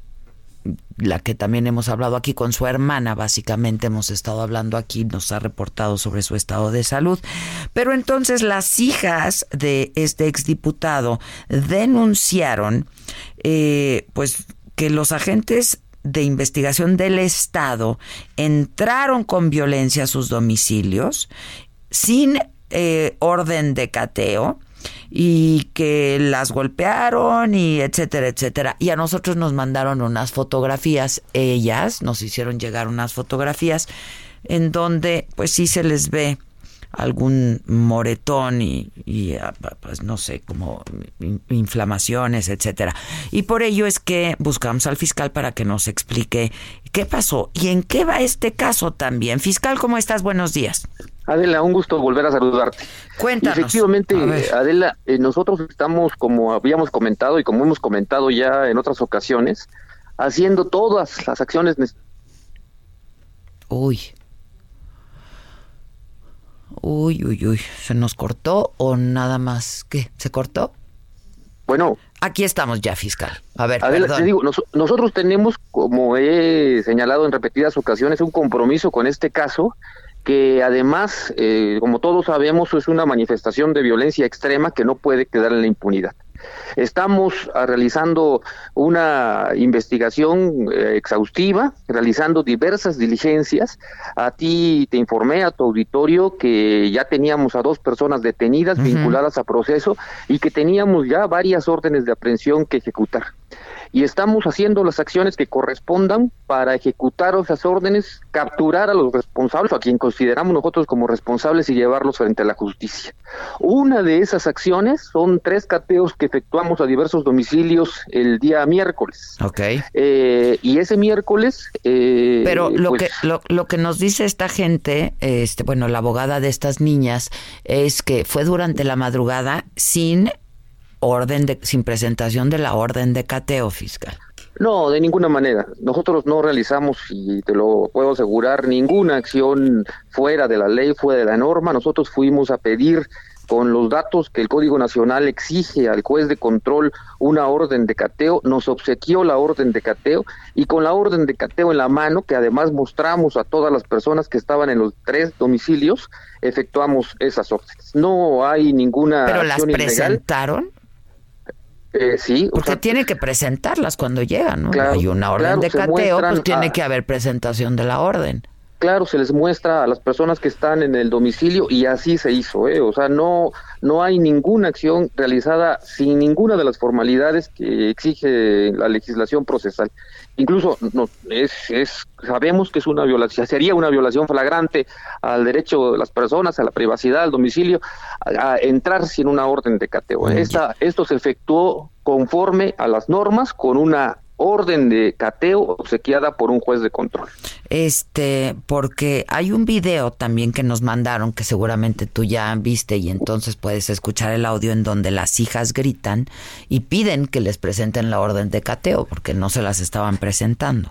la que también hemos hablado aquí, con su hermana, básicamente hemos estado hablando aquí, nos ha reportado sobre su estado de salud. Pero entonces las hijas de este exdiputado denunciaron eh, pues que los agentes de investigación del Estado entraron con violencia a sus domicilios sin eh, orden de cateo, y que las golpearon y etcétera, etcétera. Y a nosotros nos mandaron unas fotografías, ellas nos hicieron llegar unas fotografías en donde pues sí se les ve algún moretón y, y pues no sé, como inflamaciones, etcétera. Y por ello es que buscamos al fiscal para que nos explique qué pasó y en qué va este caso también. Fiscal, ¿cómo estás? Buenos días.
Adela, un gusto volver a saludarte.
Cuéntanos.
Efectivamente, Adela, eh, nosotros estamos, como habíamos comentado y como hemos comentado ya en otras ocasiones, haciendo todas las acciones necesarias.
Uy. Uy, uy, uy. ¿Se nos cortó o nada más? ¿Qué? ¿Se cortó?
Bueno.
Aquí estamos ya, fiscal. A ver,
Adela,
perdón.
te digo, nos, nosotros tenemos como he señalado en repetidas ocasiones, un compromiso con este caso, que además, eh, como todos sabemos, es una manifestación de violencia extrema que no puede quedar en la impunidad. Estamos uh, realizando una investigación eh, exhaustiva, realizando diversas diligencias. A ti te informé, a tu auditorio, que ya teníamos a dos personas detenidas, uh-huh. vinculadas a proceso, y que teníamos ya varias órdenes de aprehensión que ejecutar. Y estamos haciendo las acciones que correspondan para ejecutar esas órdenes, capturar a los responsables, a quien consideramos nosotros como responsables, y llevarlos frente a la justicia. Una de esas acciones son tres cateos que efectuamos a diversos domicilios el día miércoles.
Okay.
Eh, y ese miércoles... Eh,
Pero lo,
pues,
que, lo, lo que nos dice esta gente, este, bueno, la abogada de estas niñas, es que fue durante la madrugada sin... orden de, sin presentación de la orden de cateo, fiscal.
No, de ninguna manera. Nosotros no realizamos, y te lo puedo asegurar, ninguna acción fuera de la ley, fuera de la norma. Nosotros fuimos a pedir, con los datos que el Código Nacional exige al juez de control, una orden de cateo, nos obsequió la orden de cateo, y con la orden de cateo en la mano, que además mostramos a todas las personas que estaban en los tres domicilios, efectuamos esas órdenes. No hay ninguna
¿Pero
acción
las
ilegal.
presentaron?
Eh, sí,
porque
o sea,
tiene que presentarlas cuando llegan, ¿no?
Claro,
hay una orden
claro,
de
se
cateo, pues tiene
a,
que haber presentación de la orden.
Claro, se les muestra a las personas que están en el domicilio, y así se hizo, ¿eh? O sea, no no hay ninguna acción realizada sin ninguna de las formalidades que exige la legislación procesal. Incluso no, es, es sabemos que es una violación, sería una violación flagrante al derecho de las personas, a la privacidad, al domicilio, a, a entrar sin una orden de cateo. ¿eh? Esta, esto se efectuó conforme a las normas, con una orden de cateo obsequiada por un juez de control.
Este, porque hay un video también que nos mandaron, que seguramente tú ya viste, y entonces puedes escuchar el audio, en donde las hijas gritan y piden que les presenten la orden de cateo porque no se las estaban presentando.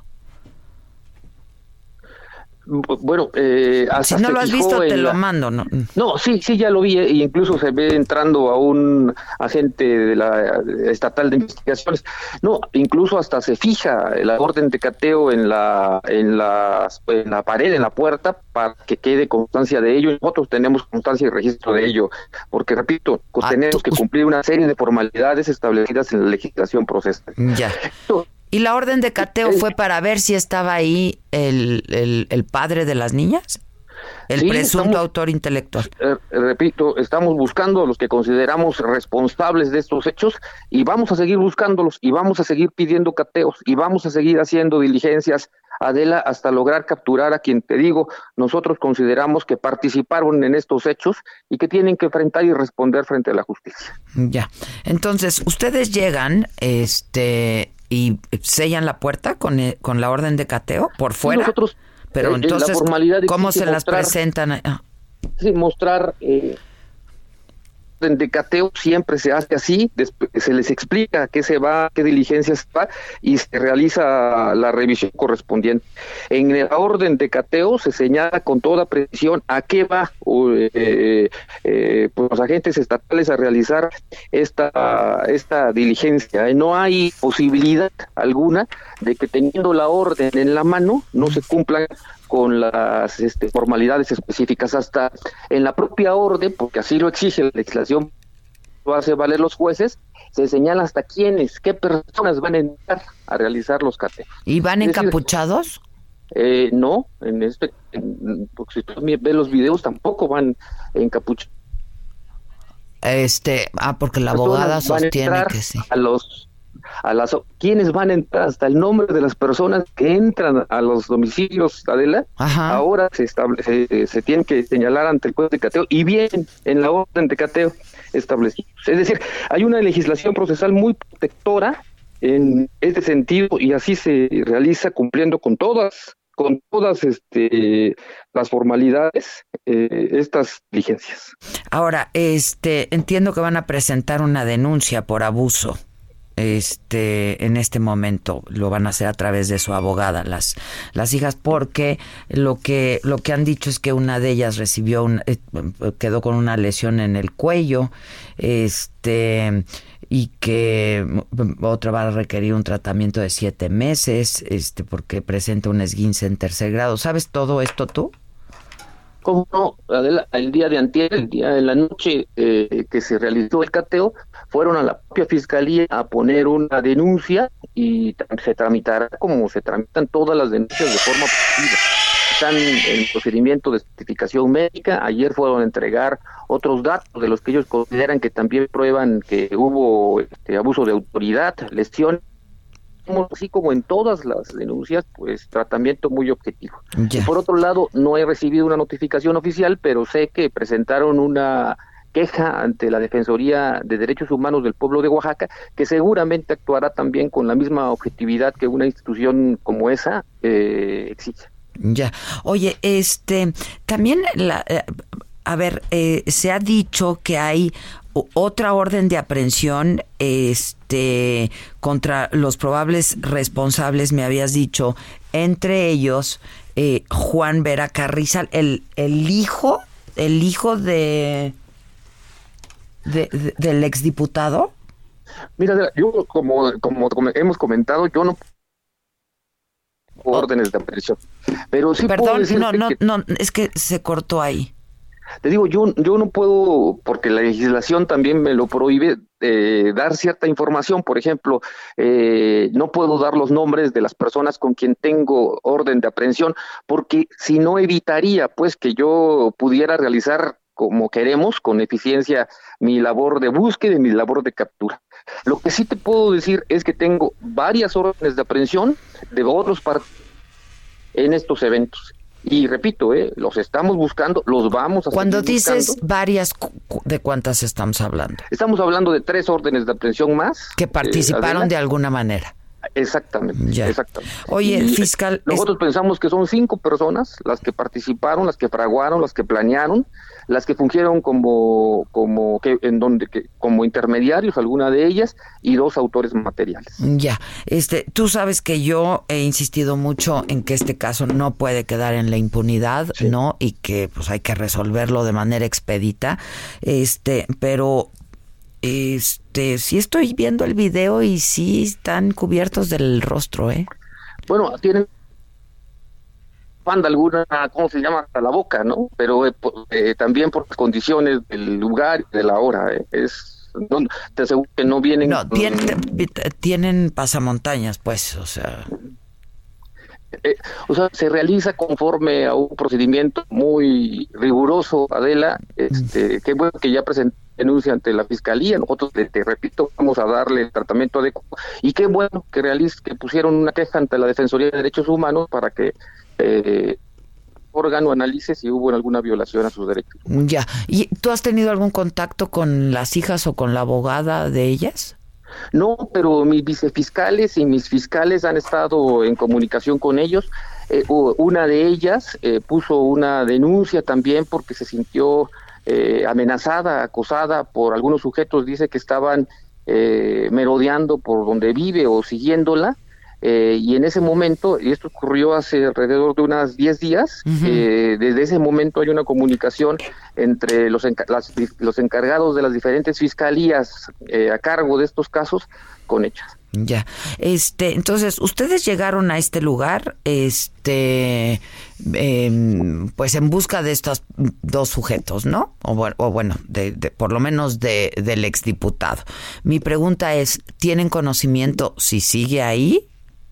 Bueno, eh, hasta
si no lo has visto, te lo
la...
mando, ¿no?
No, sí, sí, ya lo vi, e incluso se ve entrando a un agente de la estatal de investigaciones. No, incluso hasta se fija la orden de cateo en la, en la, en la pared, en la puerta, para que quede constancia de ello. Nosotros tenemos constancia y registro de ello, porque repito, pues, ah, tenemos tú, que cumplir una serie de formalidades establecidas en la legislación procesal.
Ya. Esto, ¿Y la orden de cateo fue para ver si estaba ahí el, el, el padre de las niñas? El sí, presunto estamos, autor intelectual.
Eh, repito, estamos buscando a los que consideramos responsables de estos hechos, y vamos a seguir buscándolos, y vamos a seguir pidiendo cateos, y vamos a seguir haciendo diligencias, Adela, hasta lograr capturar a quien, te digo, nosotros consideramos que participaron en estos hechos y que tienen que enfrentar y responder frente a la justicia.
Ya. Entonces, ustedes llegan, este... y sellan la puerta con, el, con la orden de cateo por fuera.
Sí, nosotros,
pero
eh,
entonces,
la formalidad
¿cómo se
mostrar,
las presentan? Ah.
Sí, mostrar eh, orden de cateo siempre se hace así, después se les explica a qué se va, qué diligencias va, y se realiza la revisión correspondiente. En la orden de cateo se señala con toda precisión a qué va eh, eh, pues los agentes estatales a realizar esta esta diligencia. ¿eh? No hay posibilidad alguna de que, teniendo la orden en la mano, no se cumplan con las este, formalidades específicas. Hasta en la propia orden, porque así lo exige la legislación, lo hace valer los jueces, se señala hasta quiénes, qué personas van a entrar a realizar los cateos.
¿Y van es encapuchados?
Decir, eh, no, en este, en, porque si tú ves los videos, tampoco van encapuchados.
Este, ah, porque la abogada sostiene que sí.
A los a las quienes van a entrar, hasta el nombre de las personas que entran a los domicilios, Adela,
Ajá.
ahora se, estable, se, se tienen que señalar ante el juez de cateo, y bien en la orden de cateo establecidos. Es decir, hay una legislación procesal muy protectora en este sentido, y así se realiza, cumpliendo con todas con todas este las formalidades eh, estas diligencias.
Ahora, este entiendo que van a presentar una denuncia por abuso. este en este momento lo van a hacer a través de su abogada las las hijas, porque lo que lo que han dicho es que una de ellas recibió un, eh, quedó con una lesión en el cuello, este y que otra va a requerir un tratamiento de siete meses, este porque presenta un esguince en tercer grado. ¿Sabes todo esto tú?
¿Cómo no, Adela? El día de antier, el día de la noche eh, que se realizó el cateo, fueron a la propia fiscalía a poner una denuncia y se tramitará como se tramitan todas las denuncias de forma positiva. Están en procedimiento de certificación médica. Ayer fueron a entregar otros datos de los que ellos consideran que también prueban que hubo este, abuso de autoridad, lesión. Así como en todas las denuncias, pues tratamiento muy objetivo.
Yeah.
Y por otro lado, no he recibido una notificación oficial, pero sé que presentaron una queja ante la Defensoría de Derechos Humanos del Pueblo de Oaxaca, que seguramente actuará también con la misma objetividad que una institución como esa eh, exige.
Ya. Oye, este, también, la, eh, a ver, eh, se ha dicho que hay otra orden de aprehensión este contra los probables responsables, me habías dicho, entre ellos eh, Juan Vera Carrizal, el el hijo el hijo de, de, de del exdiputado.
Mira, yo como como, como hemos comentado, yo no órdenes de aprehensión, pero sí
Perdón,
puedo decirte
no no
que...
no es que se cortó ahí.
Te digo, yo yo no puedo, porque la legislación también me lo prohíbe, eh, dar cierta información. Por ejemplo, eh, no puedo dar los nombres de las personas con quien tengo orden de aprehensión, porque si no evitaría pues que yo pudiera realizar como queremos, con eficiencia, mi labor de búsqueda y mi labor de captura. Lo que sí te puedo decir es que tengo varias órdenes de aprehensión de otros partidos en estos eventos. Y repito, eh, los estamos buscando, los vamos a
Cuando
seguir
dices
buscando.
varias, ¿de cuántas estamos hablando?
Estamos hablando de tres órdenes de aprehensión más.
Que participaron
eh,
de alguna manera.
Exactamente,
Ya.
exactamente.
Oye,
Y
fiscal...
Nosotros es... pensamos que son cinco personas las que participaron, las que fraguaron, las que planearon, las que fungieron como como que en donde que como intermediarios, alguna de ellas, y dos autores materiales.
Ya, este, tú sabes que yo he insistido mucho en que este caso no puede quedar en la impunidad, sí. ¿no? Y que pues hay que resolverlo de manera expedita, este, pero este, sí estoy viendo el video y sí están cubiertos del rostro, ¿eh?
Bueno, tienen banda alguna, ¿cómo se llama? Hasta la boca, ¿no? Pero eh, eh, también por las condiciones del lugar y de la hora, ¿eh? Es, no, te aseguro que no vienen...
No, tienen, tienen pasamontañas, pues, o sea...
Eh, o sea, se realiza conforme a un procedimiento muy riguroso, Adela. Este, qué bueno que ya presentó denuncia ante la fiscalía. Nosotros, te, te repito, vamos a darle el tratamiento adecuado. Y qué bueno que realiz, que pusieron una queja ante la Defensoría de Derechos Humanos para que eh, órgano analice si hubo alguna violación a sus derechos.
Ya. ¿Y tú has tenido algún contacto con las hijas o con la abogada de ellas?
No, pero mis vicefiscales y mis fiscales han estado en comunicación con ellos. Eh, una de ellas eh, puso una denuncia también porque se sintió eh, amenazada, acosada por algunos sujetos, dice que estaban eh, merodeando por donde vive o siguiéndola. Eh, y en ese momento, y esto ocurrió hace alrededor de unos diez días, uh-huh. eh, desde ese momento hay una comunicación entre los, enca- las, los encargados de las diferentes fiscalías eh, a cargo de estos casos con ellas.
Ya, este, entonces, ustedes llegaron a este lugar, este, eh, pues en busca de estos dos sujetos, ¿no? O, o bueno, de, de, por lo menos de, del exdiputado. Mi pregunta es, ¿tienen conocimiento si sigue ahí?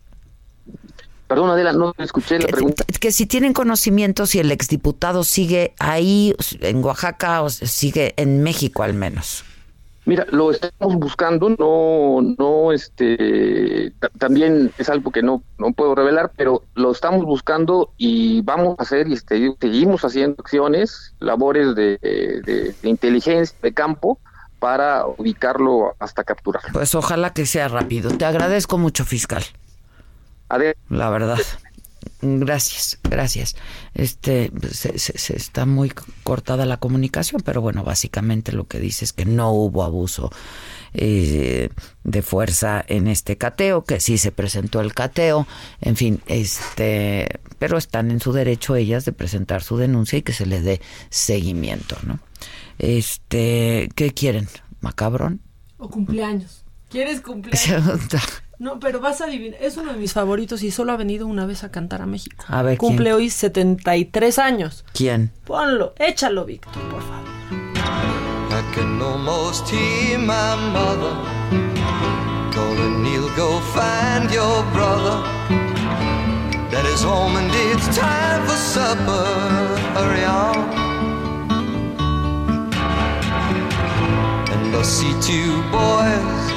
Perdón, Adela, no escuché la
que,
pregunta.
Que si tienen conocimiento si el exdiputado sigue ahí en Oaxaca o sigue en México al menos.
Mira, lo estamos buscando, no, no, este, t- también es algo que no, no puedo revelar, pero lo estamos buscando y vamos a hacer, y este, seguimos haciendo acciones, labores de, de, de inteligencia, de campo, para ubicarlo hasta capturar.
Pues ojalá que sea rápido. Te agradezco mucho, fiscal.
Adiós.
La verdad. Gracias, gracias. Este, se, se, se está muy cortada la comunicación, pero bueno, básicamente lo que dice es que no hubo abuso eh, de fuerza en este cateo, que sí se presentó el cateo, en fin, este, pero están en su derecho ellas de presentar su denuncia y que se le dé seguimiento, ¿no? Este, ¿qué quieren? ¿Macabrón?
O cumpleaños. ¿Quieres cumpleaños? No, pero vas a adivinar. Es uno de mis favoritos y solo ha venido una vez a cantar a México.
A ver,
Cumple
¿quién?
hoy setenta y tres años.
¿Quién?
Ponlo, échalo, Víctor, por favor.
I can almost hear my mother calling Neil, go find your brother. Daddy's home and it's time for supper. Hurry on. And I see two boys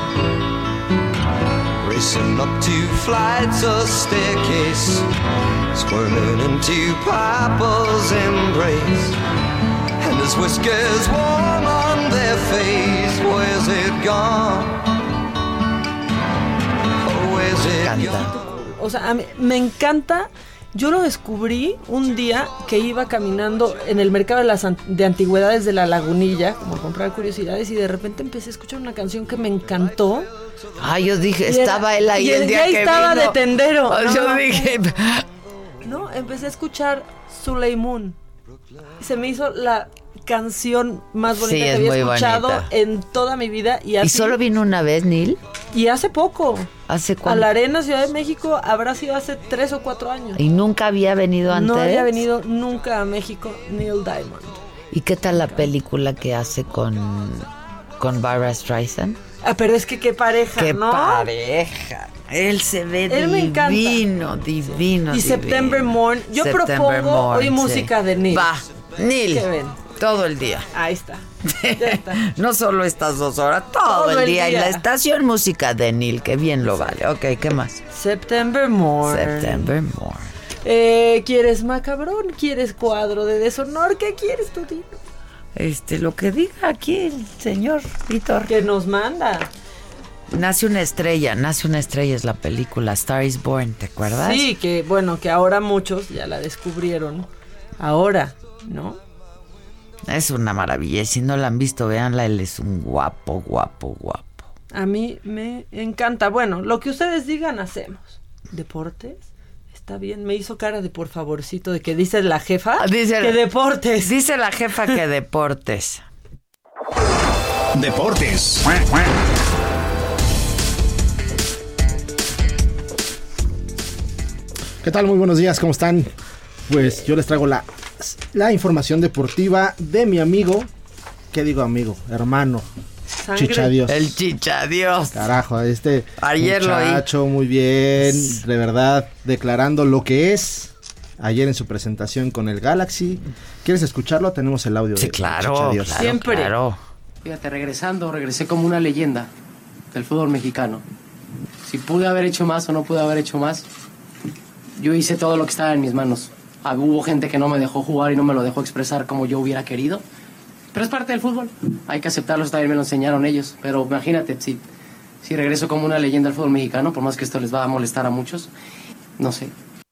racing up two flights of staircase, squirming into Papa's embrace. And his whiskers warm on their face. Where's it gone? Oh, where's it gone?
O sea, a mí me encanta. Yo lo descubrí un día que iba caminando en el mercado de las an- de antigüedades de la Lagunilla, como a comprar curiosidades, y de repente empecé a escuchar una canción que me encantó.
Ah, yo dije,
Y
estaba
era,
él ahí
y
el,
el
día
día
que
estaba
vino.
de tendero.
Oh,
No,
yo
no,
dije...
No, empecé a escuchar Suleiman. Se me hizo la canción más bonita
Sí,
que
es
había
muy
escuchado
bonita.
en toda mi vida. Y, así,
¿Y solo vino una vez, Neil?
Y hace poco.
¿Hace
A
cuánto?
la Arena Ciudad de México habrá sido hace tres o cuatro años.
¿Y nunca había venido antes?
No había venido nunca a México Neil Diamond.
¿Y qué tal la película que hace con, con Barbra Streisand?
Ah, pero es que qué pareja,
¡Qué
¿no?
pareja! Él se ve
Él me encanta.
divino, divino,
Y
divino.
September Morn. Yo
September
propongo
Morn,
hoy
sí.
música de Neil.
Va, Neil.
¿Qué ven?
Todo el día.
Ahí está. Ya está.
No solo estas dos horas, todo,
Todo
el,
el
día.
día.
En la estación música de Neil, que bien lo vale. Ok, ¿qué más?
September Morn.
September Morn.
Eh, ¿Quieres macabrón? ¿Quieres cuadro de deshonor? ¿Qué quieres tú, Tino?
Este, lo que diga aquí el señor Víctor.
Que nos manda.
Nace una estrella, Nace una estrella es la película Star is Born, ¿te acuerdas?
Sí, que bueno, que ahora muchos ya la descubrieron. Ahora, ¿no?
Es una maravilla, y si no la han visto, véanla, él es un guapo, guapo, guapo.
A mí me encanta. Bueno, lo que ustedes digan, hacemos. ¿Deportes? Está bien, me hizo cara de por favorcito, de que dice la jefa
Dice
que
la-
deportes.
Dice la jefa que deportes.
Deportes.
¿Qué tal? Muy buenos días, ¿cómo están? Pues yo les traigo la, la información deportiva de mi amigo. ¿Qué digo amigo? Hermano.
Sangre.
Chichadios.
El Chichadios.
Carajo, este
Ayer lo oí.
muchacho muy bien, de verdad, declarando lo que es. Ayer en su presentación con el Galaxy. ¿Quieres escucharlo? Tenemos el audio
Sí,
de
claro,
Chichadios.
claro,
Siempre.
claro.
Fíjate, regresando, regresé como una leyenda del fútbol mexicano. Si pude haber hecho más o no pude haber hecho más, yo hice todo lo que estaba en mis manos. Ah, hubo gente que no me dejó jugar y no me lo dejó expresar como yo hubiera querido. Pero es parte del fútbol. Hay que aceptarlo, eso también me lo enseñaron ellos. Pero imagínate, si, si regreso como una leyenda del fútbol mexicano, por más que esto les va a molestar a muchos, no sé.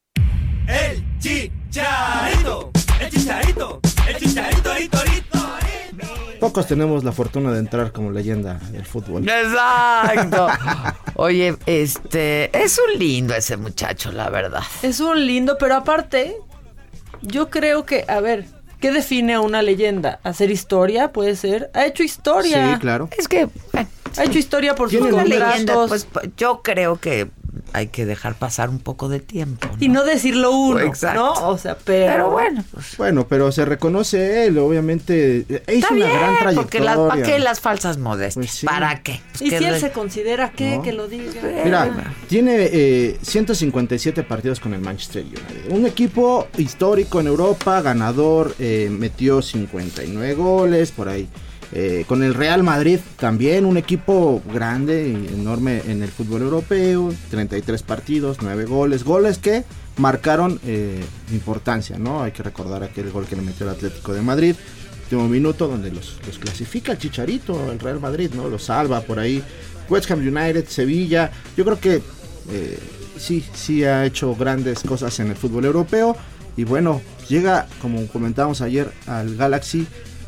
El Chicharito, el Chicharito, el Chicharito, rito, rito.
Pocos tenemos la fortuna de entrar como leyenda del fútbol.
Exacto. Oye, este, es un lindo ese muchacho, la verdad.
Es un lindo, pero aparte, yo creo que, a ver, ¿qué define a una leyenda? ¿Hacer historia? Puede ser. Ha hecho historia.
Sí, claro.
Es que, bueno,
Ha hecho historia por sus
una
contratos.
leyenda, pues yo creo que hay que dejar pasar un poco de tiempo, ¿no?
Y no decirlo uno,
Exacto.
¿no? O sea, pero...
Pero bueno, pues,
Bueno, pero se reconoce él, obviamente. Hizo
está
una
bien,
gran trayectoria.
porque las, ¿para qué las falsas modestias?
Pues sí.
¿Para qué? Pues
¿Y
que
si él
re-
se considera qué?
No.
Que lo diga.
Mira, tiene eh, ciento cincuenta y siete partidos con el Manchester United. Un equipo histórico en Europa, ganador, eh, metió cincuenta y nueve goles por ahí. Eh, con el Real Madrid también, un equipo grande y enorme en el fútbol europeo. treinta y tres partidos, nueve goles. Goles que marcaron eh, importancia, ¿no? Hay que recordar aquel gol que le metió el Atlético de Madrid. Último minuto donde los, los clasifica el Chicharito, el Real Madrid, ¿no? Los salva por ahí. West Ham United, Sevilla. Yo creo que eh, sí, sí ha hecho grandes cosas en el fútbol europeo. Y bueno, llega, como comentábamos ayer, al Galaxy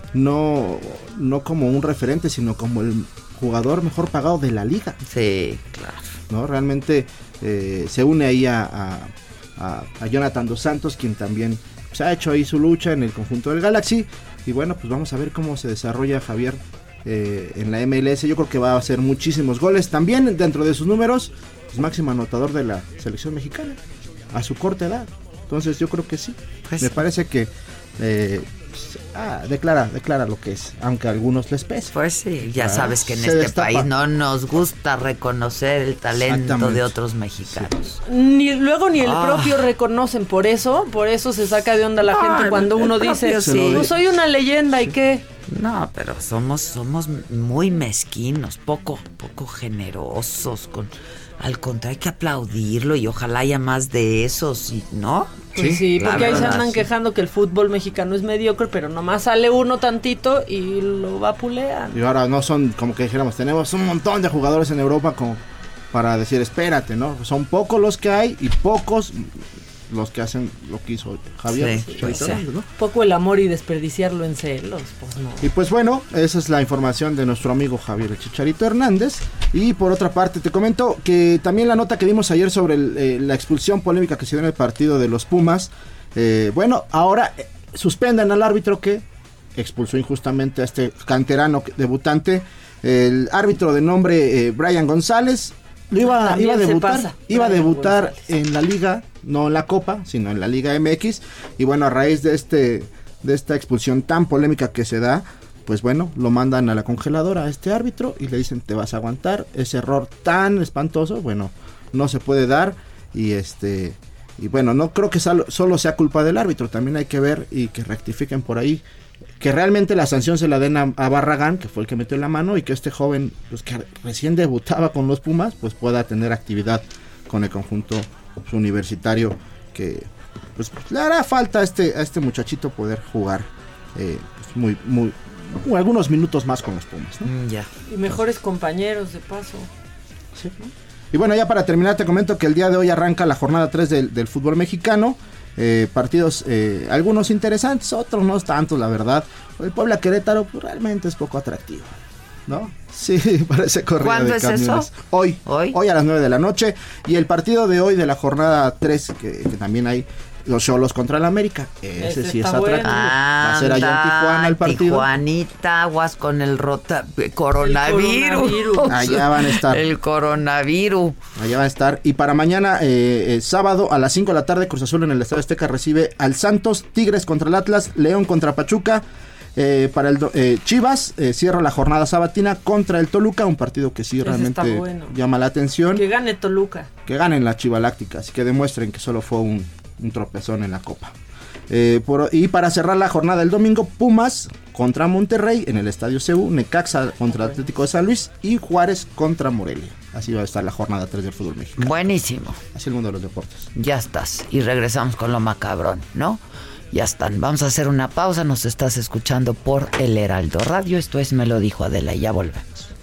no, no como un referente, sino como el jugador mejor pagado de la liga.
Sí, claro.
¿No? Realmente eh, se une ahí a, a, a, a Jonathan Dos Santos, quien también se ha hecho ahí su lucha en el conjunto del Galaxy. Y bueno, pues vamos a ver cómo se desarrolla Javier eh, en la M L S. Yo creo que va a hacer muchísimos goles. También dentro de sus números, pues máximo anotador de la selección mexicana a su corta edad. Entonces yo creo que sí. Pues me parece que eh, ah, declara, declara lo que es, aunque a algunos les pese.
Pues sí, ya ah, sabes que en este
destapa.
país no nos gusta reconocer el talento de otros mexicanos.
Sí. Ni luego ni el ah. propio reconocen, por eso, por eso se saca de onda la gente ah, cuando uno dice, sí. no soy una leyenda y qué.
No, pero somos somos muy mezquinos, poco poco generosos con al contrario, hay que aplaudirlo y ojalá haya más de esos, ¿no?
Pues sí, sí, porque ahí se andan sí. quejando que el fútbol mexicano es mediocre, pero nomás sale uno tantito y lo vapulean.
Y ahora no son, como que dijéramos, tenemos un montón de jugadores en Europa como para decir, espérate, ¿no? Son pocos los que hay y pocos los que hacen lo que hizo Javier.
Sí, pues sí. ¿no? Poco el amor y desperdiciarlo en celos, pues no.
Y pues bueno, esa es la información de nuestro amigo Javier el Chicharito Hernández. Y por otra parte te comento que también la nota que dimos ayer sobre el, eh, la expulsión polémica que se dio en el partido de los Pumas, eh, bueno, ahora eh, suspenden al árbitro que expulsó injustamente a este canterano debutante, el árbitro de nombre eh, Brian González. Iba, iba a debutar, iba a debutar en la liga, no en la Copa, sino en la Liga M X. Y bueno, a raíz de este de esta expulsión tan polémica que se da, pues bueno, lo mandan a la congeladora a este árbitro y le dicen, te vas a aguantar. Ese error tan espantoso, bueno, no se puede dar. Y este y bueno, no creo que solo, solo sea culpa del árbitro, también hay que ver y que rectifiquen por ahí, que realmente la sanción se la den a, a Barragán, que fue el que metió la mano, y que este joven, pues que recién debutaba con los Pumas, pues pueda tener actividad con el conjunto universitario, que pues le hará falta a este, a este muchachito poder jugar eh, pues, muy, muy, muy, algunos minutos más con los Pumas, ¿no?
Mm, ya.
Y mejores compañeros de paso.
Sí. Y bueno, ya para terminar te comento que el día de hoy arranca la jornada tres del, del fútbol mexicano. Eh, partidos, eh, algunos interesantes, otros no tanto, la verdad. El Puebla Querétaro pues, realmente es poco atractivo, ¿no? Sí, parece corrido
¿Cuándo
de
es
camiones.
eso?
Hoy,
hoy,
hoy a las nueve de la noche. Y el partido de hoy de la jornada tres, que, que también hay los Xolos contra el América. Ese, Ese sí es atractivo. Bueno.
Va a ser allá en Tijuana el partido. Tijuanita, aguas con el rota coronavirus.
El coronavirus.
Allá van a estar.
El coronavirus.
Allá van a estar. Y para mañana, eh, eh, sábado, a las cinco de la tarde, Cruz Azul en el Estadio Azteca recibe al Santos, Tigres contra el Atlas, León contra Pachuca. Eh, para el eh, Chivas eh, cierra la jornada sabatina contra el Toluca, un partido que sí Ese realmente bueno. llama la atención.
Que gane Toluca.
Que ganen las Chivalácticas y que demuestren que solo fue un, un tropezón en la Copa. Eh, por, y para cerrar la jornada el domingo, Pumas contra Monterrey en el Estadio C U, Necaxa contra Atlético de San Luis y Juárez contra Morelia. Así va a estar la jornada tres del fútbol mexicano.
Buenísimo.
Así el mundo de los deportes.
Ya estás. Y regresamos con lo macabrón, ¿no? Ya están, vamos a hacer una pausa, nos estás escuchando por El Heraldo Radio, esto es Me lo dijo Adela y ya volvemos.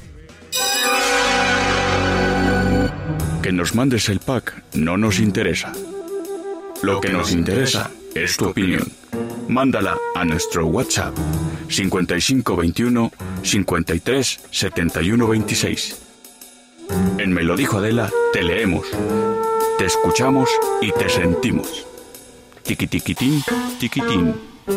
Que nos mandes el pack no nos interesa. Lo que nos interesa es tu opinión. Mándala a nuestro WhatsApp cincuenta y cinco veintiuno cincuenta y tres setenta y uno veintiséis. En Me lo dijo Adela te leemos, te escuchamos y te sentimos. Tiqui tiquitín, tiquitín.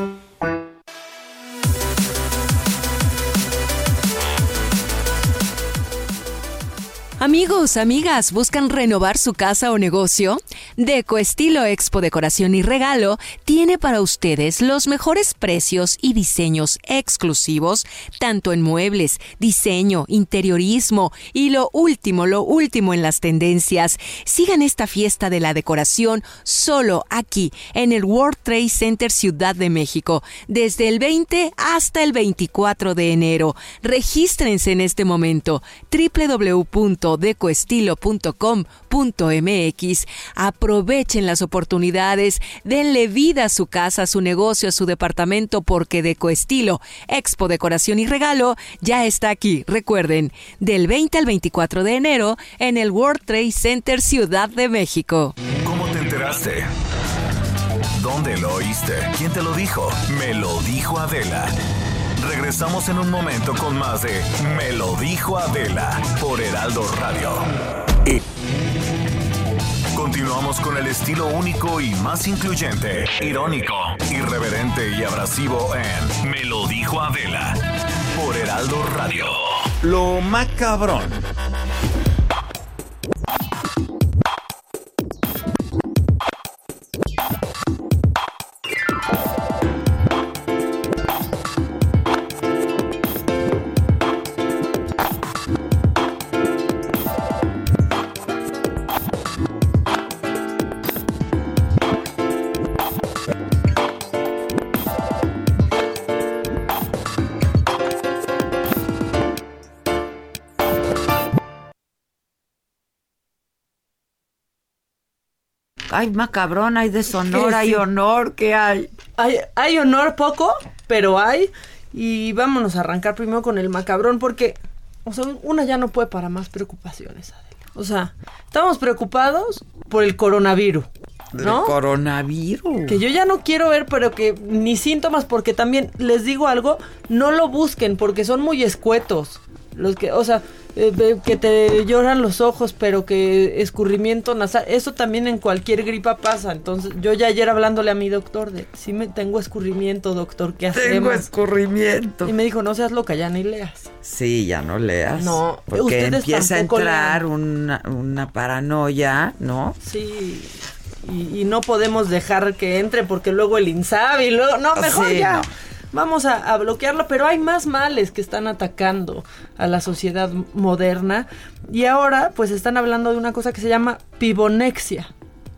Amigos, amigas, ¿buscan renovar su casa o negocio? Deco Estilo Expo Decoración y Regalo tiene para ustedes los mejores precios y diseños exclusivos, tanto en muebles, diseño, interiorismo y lo último, lo último en las tendencias. Sigan esta fiesta de la decoración solo aquí, en el World Trade Center Ciudad de México, desde el veinte hasta el veinticuatro de enero. Regístrense en este momento, doble u doble u doble u punto decoestilo punto com punto m x. Aprovechen las oportunidades, denle vida a su casa, a su negocio, a su departamento, porque Decoestilo, Expo Decoración y Regalo, ya está aquí. Recuerden, del veinte al veinticuatro de enero en el World Trade Center Ciudad de México.
¿Cómo te enteraste? ¿Dónde lo oíste? ¿Quién te lo dijo? Me lo dijo Adela. Regresamos en un momento con más de Me lo dijo Adela por Heraldo Radio. Y continuamos con el estilo único y más incluyente, irónico, irreverente y abrasivo en Me lo dijo Adela por Heraldo Radio.
Lo macabrón.
Hay macabrón, hay deshonor,
¿Qué?
hay
Sí.
honor, ¿qué hay?
Hay, hay honor poco, pero hay. Y vámonos a arrancar primero con el macabrón, porque, o sea, una ya no puede para más preocupaciones, Adela. O sea, estamos preocupados por el coronavirus, ¿no?
El coronavirus.
Que yo ya no quiero ver, pero que ni síntomas, porque también les digo algo, no lo busquen, porque son muy escuetos. Los que, o sea, eh, que te lloran los ojos, pero que escurrimiento nasal, eso también en cualquier gripa pasa. Entonces, yo ya ayer hablándole a mi doctor de, sí me tengo escurrimiento, doctor, ¿qué hacemos?
Tengo escurrimiento.
Y me dijo, no seas loca, ya ni leas.
Sí, ya no leas.
No,
porque
ustedes
empieza a
tampoco
entrar
lean.
una, una paranoia, ¿no?
Sí, y, y no podemos dejar que entre porque luego el INSABI, y luego, no, mejor
Sí,
ya.
no.
Vamos a, a bloquearlo, pero hay más males que están atacando a la sociedad moderna. Y ahora, pues, están hablando de una cosa que se llama pibonexia.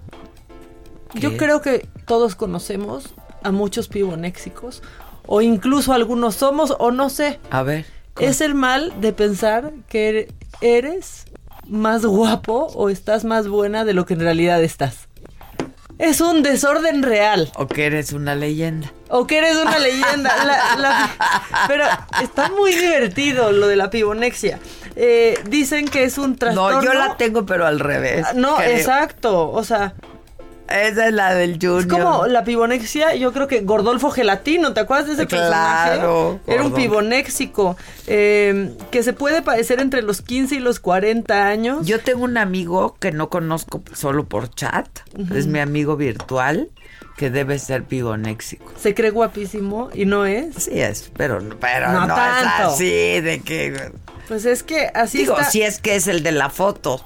Yo
¿Qué?
creo que todos conocemos a muchos pibonéxicos, o incluso algunos somos, o no sé.
A ver.
Es el mal de pensar que er- eres más guapo o estás más buena de lo que en realidad estás. Es un desorden real.
O que eres una leyenda.
O que eres una leyenda. La- la- pero está muy divertido lo de la pibonexia. Eh, dicen que es un trastorno.
No, yo la tengo, pero al revés.
No,
creo.
exacto. O sea,
esa es la del Junior.
es como la pibonexia, yo creo que Gordolfo Gelatino, ¿te acuerdas de ese
Claro,
personaje? Era un
Gordolfo.
pibonéxico eh, que se puede padecer entre los quince y los cuarenta años.
Yo tengo un amigo que no conozco solo por chat,
Ujú.
es mi amigo virtual, que debe ser pibonéxico.
Se cree guapísimo y no es.
Sí es, pero, pero
No
no,
tanto.
es así de que...
Pues es que así
Digo,
está.
si es que es el de la foto.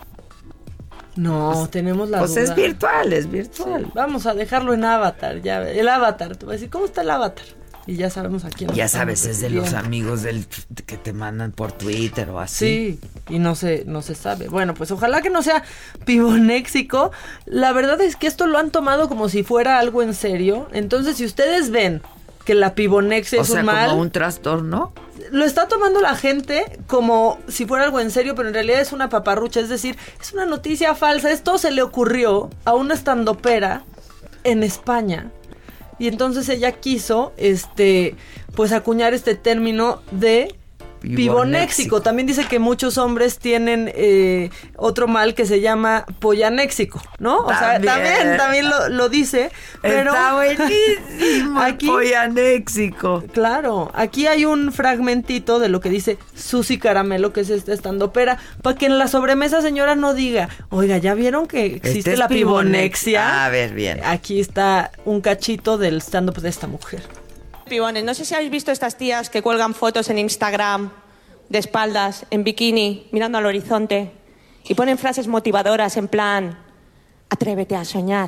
No, tenemos la
Pues
duda.
es virtual, es virtual.
Sí, vamos a dejarlo en Avatar, ya. El Avatar, te voy a decir, ¿cómo está el Avatar? Y ya sabemos a quién.
Ya
estamos
sabes, es de los
refiriendo.
amigos del que te mandan por Twitter o así.
Sí, y no se, no se sabe. Bueno, pues ojalá que no sea pibonéxico. La verdad es que esto lo han tomado como si fuera algo en serio. Entonces, si ustedes ven que la pibonexia
O
es
sea,
un mal,
como un trastorno.
lo está tomando la gente como si fuera algo en serio, pero en realidad es una paparrucha. Es decir, es una noticia falsa. Esto se le ocurrió a una estandopera en España. Y entonces ella quiso, este, pues acuñar este término de pibonéxico.
Pibonéxico.
También dice que muchos hombres tienen eh, otro mal que se llama pollanéxico, ¿no? O sea,
También.
también, también lo, lo dice. Pero
Está buenísimo el
aquí,
pollanéxico.
claro, aquí hay un fragmentito de lo que dice Susi Caramelo, que es esta estandopera, para que en la sobremesa, señora, no diga, oiga, ¿ya vieron que existe
Este es
la
pibonex-
pibonexia?
A ver, bien.
Aquí está un cachito del stand-up de esta mujer.
Pibones, no sé si habéis visto estas tías que cuelgan fotos en Instagram de espaldas, en bikini, mirando al horizonte y ponen frases motivadoras en plan, atrévete a soñar,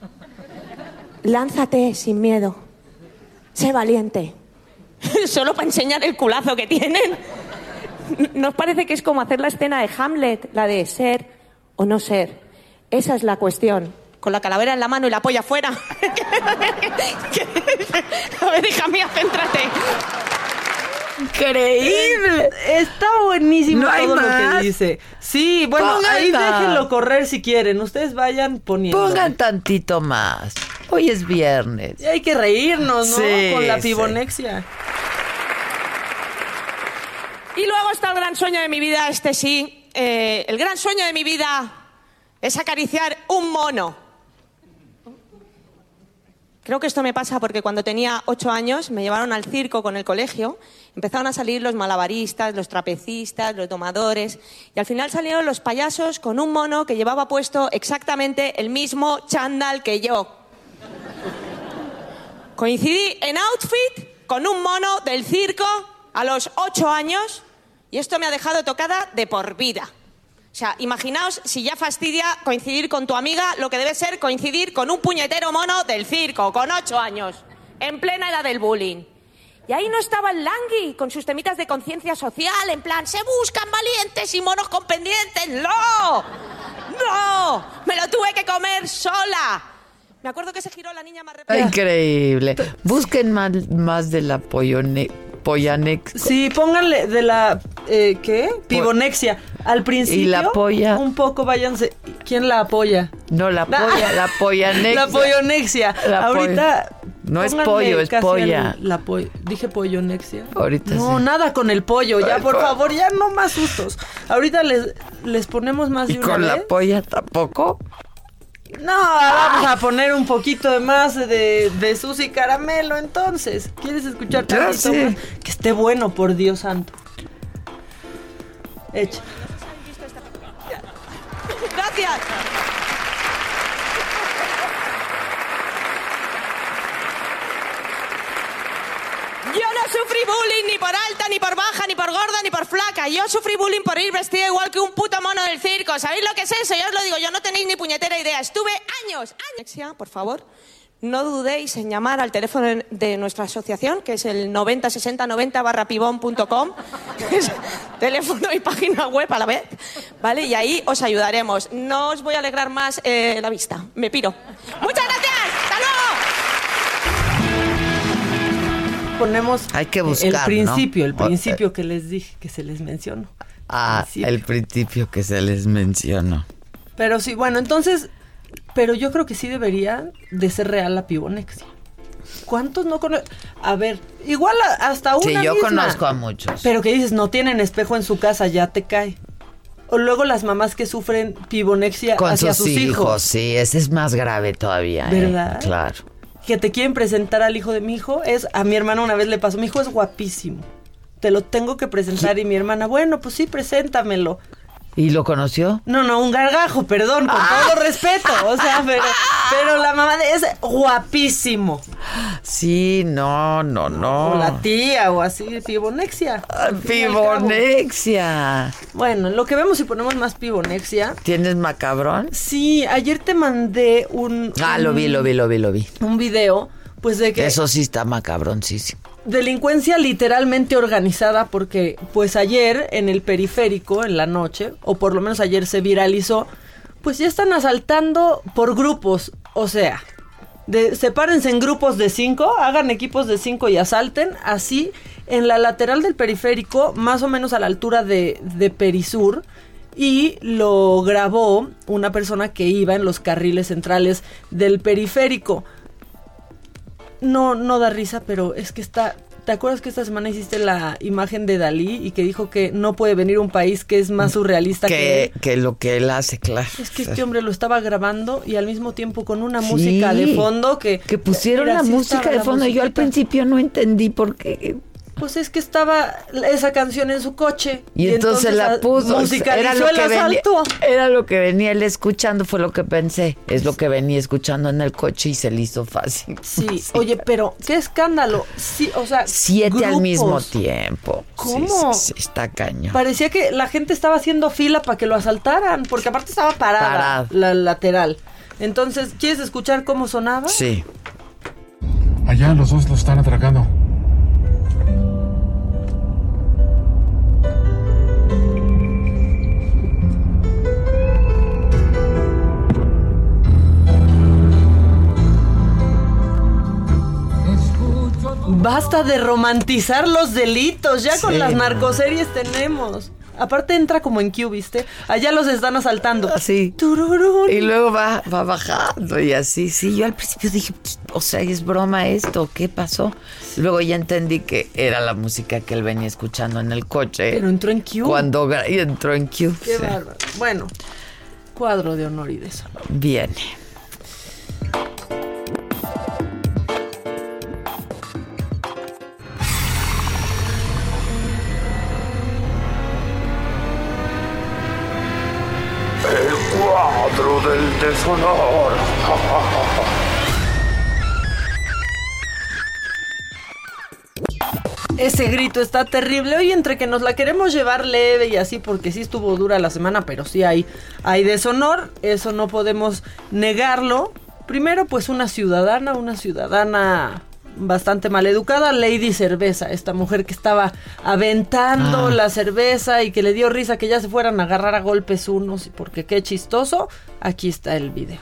lánzate sin miedo, sé valiente, solo para enseñar el culazo que tienen. ¿Nos parece que es como hacer la escena de Hamlet, la de ser o no ser? Esa es la cuestión. Con la calavera en la mano y la polla afuera. A ver, hija mía, céntrate.
Increíble.
Está buenísimo
No hay
todo
más.
lo que dice. Sí, bueno,
Pongan
ahí
más.
déjenlo correr si quieren. Ustedes vayan poniendo.
Pongan tantito más. Hoy es viernes.
Y hay que reírnos, ¿no?
Sí,
Con la
sí.
pibonexia.
Y luego está el gran sueño de mi vida, este sí. Eh, el gran sueño de mi vida es acariciar un mono. Creo que esto me pasa porque cuando tenía ocho años me llevaron al circo con el colegio. Empezaron a salir los malabaristas, los trapecistas, los domadores. Y al final salieron los payasos con un mono que llevaba puesto exactamente el mismo chándal que yo. Coincidí en outfit con un mono del circo a los ocho años y esto me ha dejado tocada de por vida. O sea, imaginaos si ya fastidia coincidir con tu amiga lo que debe ser coincidir con un puñetero mono del circo, con ocho años, en plena edad del bullying. Y ahí no estaba el Langui con sus temitas de conciencia social, en plan, se buscan valientes y monos con pendientes. ¡No! ¡No! Me lo tuve que comer sola. Me acuerdo que se giró la niña más rápida.
Increíble. Busquen más, más de la pollone, pollanex.
Sí, pónganle de la... Eh, ¿Qué? Pibonexia. Al principio...
Y la polla.
Un poco váyanse... ¿Quién la apoya?
No, la polla, la pollanex.
La pollonexia.
La
Ahorita...
No es
pónganle
pollo, es
casi
polla.
al- La po- Dije pollonexia.
Ahorita
No,
sí.
nada con el pollo. Ya,
Ay,
por
po-
favor, ya no más sustos. Ahorita les, les ponemos más
¿Y
de una
con la
vez.
polla tampoco?
No, vamos a poner un poquito de más de, de Susi Caramelo, entonces. ¿Quieres escuchar
Ya
tantito
sé.
más? Que esté bueno, por Dios santo. Echa.
Gracias. Yo no sufrí bullying ni por alta, ni por baja, ni por gorda, ni por flaca. Yo sufrí bullying por ir vestida igual que un puto mono del circo. ¿Sabéis lo que es eso? Yo os lo digo, yo no tenéis ni puñetera idea. Estuve años, años... Por favor, no dudéis en llamar al teléfono de nuestra asociación, que es el noventa sesenta noventa barra pibón punto com. Es teléfono y página web a la vez, ¿vale? Y ahí os ayudaremos. No os voy a alegrar más eh, la vista. Me piro. ¡Muchas gracias! ¡Hasta luego!
Ponemos
Hay que buscar,
el principio,
¿no?
el principio que les dije, que se les mencionó.
Ah,
Principio.
el principio que se les mencionó.
Pero sí, bueno, entonces, pero yo creo que sí debería de ser real la pibonexia. ¿Cuántos no conocen? A ver, igual a- hasta una
Sí, yo
misma.
conozco a muchos.
Pero que dices, no tienen espejo en su casa, ya te cae. O luego las mamás que sufren pibonexia
Con
hacia
sus,
sus
hijos,
hijos.
sí, ese es más grave todavía. ¿eh?
¿Verdad?
Claro.
Que te quieren presentar al hijo de mi hijo. Es a mi hermana una vez le pasó, mi hijo es guapísimo. Te lo tengo que presentar. Y mi hermana, bueno, pues sí, preséntamelo.
¿Y lo conoció?
No, no, un gargajo, perdón, con todo respeto. O sea, pero, pero la mamá de es guapísimo.
Sí, no, no, no.
O la tía, o así, pibonexia. al fin y al cabo.
Pibonexia.
Bueno, lo que vemos si ponemos más pibonexia.
¿Tienes macabrón?
Sí, ayer te mandé un...
Ah,
un-
lo vi, lo vi, lo vi, lo vi.
Un video, pues de que...
Eso sí está macabrón, sí, sí.
Delincuencia literalmente organizada porque pues ayer en el periférico, en la noche, o por lo menos ayer se viralizó, pues ya están asaltando por grupos, o sea, de, sepárense en grupos de cinco, hagan equipos de cinco y asalten, así en la lateral del periférico, más o menos a la altura de, de Perisur, y lo grabó una persona que iba en los carriles centrales del periférico. No, no da risa, pero es que está... ¿Te acuerdas que esta semana hiciste la imagen de Dalí y que dijo que no puede venir un país que es más surrealista que,
Que,
él?
que lo que él hace, claro.
Es que este hombre lo estaba grabando y al mismo tiempo con una
Sí,
música de fondo que...
Que pusieron
Mira,
la
sí
música
estaba
de
la
fondo. Yo al
musiquita.
principio no entendí por qué.
Pues es que estaba esa canción en su coche.
Y, entonces, la
a-
puso.
musicalizó
Era lo,
el
que venía,
asalto.
era lo que venía él escuchando, fue lo que pensé. Es lo que venía escuchando en el coche y se le hizo fácil.
Sí, oye, pero qué escándalo. Sí, o sea,
Siete al
grupos.
mismo tiempo.
¿Cómo?
Sí, sí, sí, está cañón.
Parecía que la gente estaba haciendo fila para que lo asaltaran, porque aparte estaba parada
Parado.
la lateral. Entonces, ¿quieres escuchar cómo sonaba?
Sí.
Allá los dos lo están atracando.
Basta de romantizar los delitos, ya
Sí,
con las
no.
narcoseries tenemos. Aparte entra como en Q, ¿viste? Allá los están asaltando.
Así.
Tururún.
Y luego va, va bajando y así. Sí, yo al principio dije, o sea, ¿es broma esto? ¿Qué pasó? Luego ya entendí que era la música que él venía escuchando en el coche.
Pero entró en Q.
Cuando gra- y entró en Q.
Qué
sí.
bárbaro. Bueno, cuadro de honor y deshonor.
Viene.
El cuadro del deshonor.
Ese grito está terrible. Oye, entre que nos la queremos llevar leve y así, porque sí estuvo dura la semana, pero sí hay, hay deshonor. Eso no podemos negarlo. Primero, pues una ciudadana, una ciudadana bastante maleducada, Lady Cerveza, esta mujer que estaba aventando
Ah.
la cerveza y que le dio risa que ya se fueran a agarrar a golpes unos, porque qué chistoso. Aquí está el video.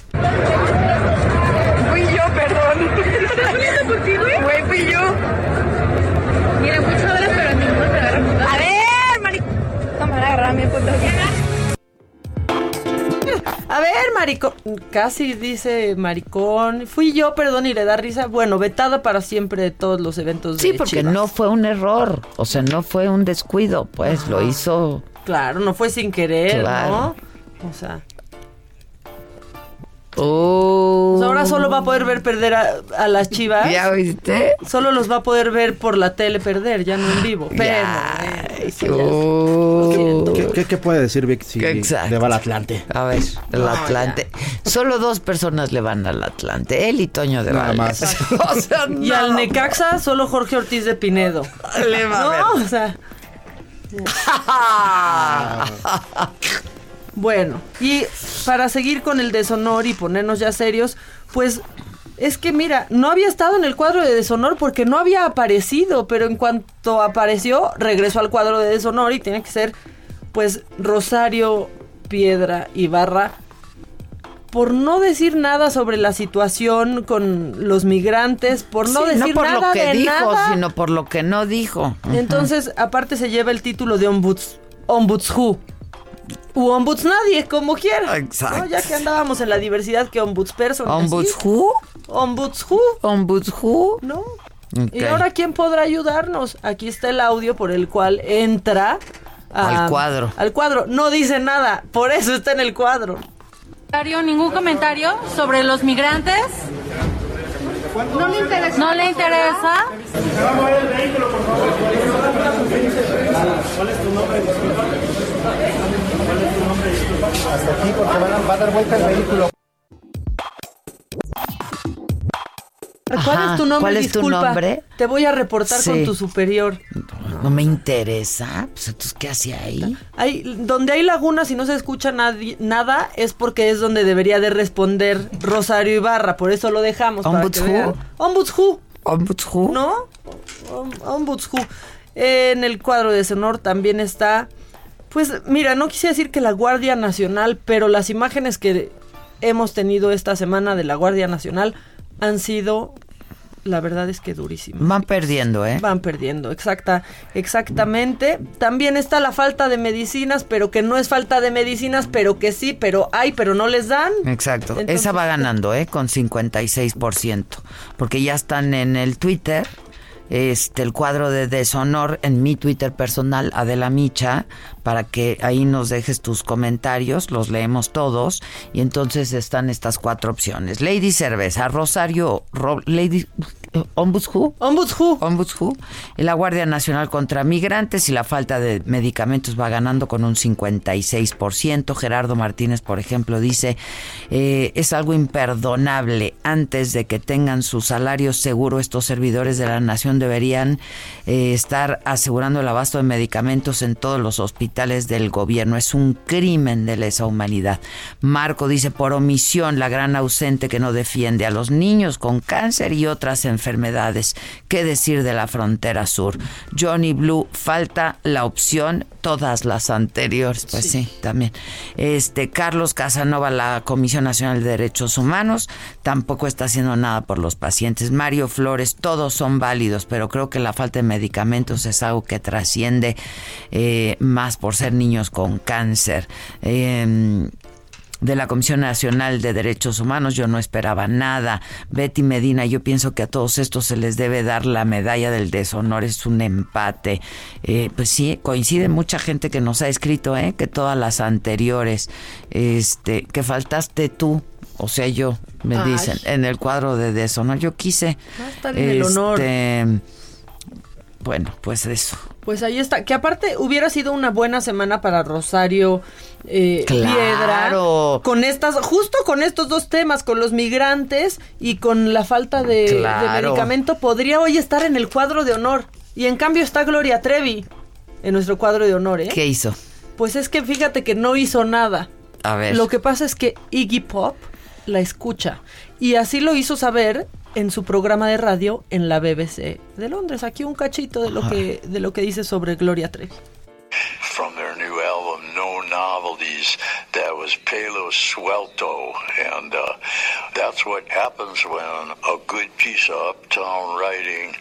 Fui yo, perdón. ¿Estás poniendo por ti, güey? Güey, fui yo. Mira, muchas horas, pero ninguno te agarra. A ver, marico. No me van a agarrar a mi puto.
A ver, maricón. Casi dice maricón. Fui yo, perdón, y le da risa. Bueno, vetada para siempre de todos los eventos de
Sí, porque
Chivas.
no fue un error. O sea, no fue un descuido. Pues lo hizo.
Claro, no fue sin querer,
Claro.
¿no? O sea,
Oh.
pues ahora solo va a poder ver perder a, a las Chivas.
¿Ya oíste?
Solo los va a poder ver por la tele perder, ya no en vivo. Pero, eh, eso ya es-
Oh.
lo siento.
¿Qué, qué, qué puede decir Vic si
Exacto.
le va al Atlante?
A ver, el
No,
Atlante. Solo dos personas le van al Atlante, él y Toño de
Nada
Valdés.
más.
O sea,
Y
no.
al Necaxa, solo Jorge Ortiz de Pinedo.
Le va a ver.
No, o sea. Bueno, y para seguir con el deshonor y ponernos ya serios, pues es que mira, no había estado en el cuadro de deshonor porque no había aparecido, pero en cuanto apareció, regresó al cuadro de deshonor y tiene que ser, pues, Rosario Piedra Ibarra, por no decir nada sobre la situación con los migrantes, por no
Sí,
decir
no por
nada
lo que
de
dijo,
nada.
sino por lo que no dijo.
Entonces, aparte se lleva el título de ombuds, ombudswho. U ombuds nadie, como quiera.
Exacto.
¿No? Ya que andábamos en la diversidad que ombudsperson.
¿Ombuds who?
Ombudswho.
¿Ombuds who?
¿No?
Ok.
Y ahora, ¿quién podrá ayudarnos? Aquí está el audio por el cual entra a-
Al cuadro.
Al cuadro. No dice nada, por eso está en el cuadro.
¿Ningún comentario sobre los migrantes?
No le interesa.
¿No le interesa?
Vamos a ver el vehículo, por favor. ¿Cuál es tu nombre? Disculpa. ¿Cuál es tu nombre? Disculpa. Hasta aquí porque van a, va a dar vuelta el vehículo.
¿Cuál
Ajá,
es tu nombre?
¿cuál es tu
Disculpa,
nombre?
Te voy a reportar
Sí.
con tu superior.
No me interesa. Pues entonces, ¿qué hacía ahí?
Hay, donde hay lagunas y no se escucha nadie- nada es porque es donde debería de responder Rosario Ibarra, por eso lo dejamos. para
¿Ombuds
que
who?
vean. Ombuds who.
¿Ombuds who?
¿No? Om- Ombuds who. En el cuadro de deshonor también está, pues mira, no quise decir que la Guardia Nacional, pero las imágenes que hemos tenido esta semana de la Guardia Nacional han sido, la verdad es que durísimas.
Van perdiendo, ¿eh?
Van perdiendo, exacta, exactamente. También está la falta de medicinas, pero que no es falta de medicinas, pero que sí, pero hay, pero no les dan.
Exacto.
Entonces,
Esa va ganando, ¿eh? Con cincuenta y seis por ciento. Porque ya están en el Twitter, este, el cuadro de deshonor en mi Twitter personal, Adela Micha, para que ahí nos dejes tus comentarios, los leemos todos. Y entonces están estas cuatro opciones. Lady Cerveza, Rosario, Ro- Lady... ¿Ombuds who?
Ombuds who.
Ombuds who. Y la Guardia Nacional contra Migrantes y la falta de medicamentos va ganando con un cincuenta y seis por ciento. Gerardo Martínez, por ejemplo, dice, eh, es algo imperdonable antes de que tengan su salario seguro estos servidores de la nación deberían eh, estar asegurando el abasto de medicamentos en todos los hospitales del gobierno. Es un crimen de lesa humanidad. Marco dice, por omisión, la gran ausente que no defiende a los niños con cáncer y otras enfermedades. ¿Qué decir de la frontera sur? Johnny Blue, falta la opción, todas las anteriores. Pues sí, sí también. Este, Carlos Casanova, la Comisión Nacional de Derechos Humanos, tampoco está haciendo nada por los pacientes. Mario Flores, todos son válidos, pero creo que la falta de medicamentos es algo que trasciende eh, más por ser niños con cáncer. Eh, de la Comisión Nacional de Derechos Humanos yo no esperaba nada. Betty Medina, yo pienso que a todos estos se les debe dar la medalla del deshonor, es un empate. Eh, pues sí, coincide mucha gente que nos ha escrito, ¿eh? Que todas las anteriores, este, que faltaste tú, o sea yo, me Ay. dicen, en el cuadro de deshonor. Yo quise,
ah, está bien el honor.
Este, bueno, pues eso.
Pues ahí está, que aparte hubiera sido una buena semana para Rosario eh,
claro.
Piedra, con estas, justo con estos dos temas, con los migrantes y con la falta de, claro. de medicamento, podría hoy estar en el cuadro de honor. Y en cambio está Gloria Trevi en nuestro cuadro de honor, ¿eh?
¿Qué hizo?
Pues es que fíjate que no hizo nada.
A ver.
Lo que pasa es que Iggy Pop la escucha y así lo hizo saber en su programa de radio en la B B C de Londres. Aquí un cachito de lo que de lo que dice sobre Gloria Trevi.
From their new album, No Novelties, that was Palo Suelto, and uh, that's what happens when a good piece of uptown writing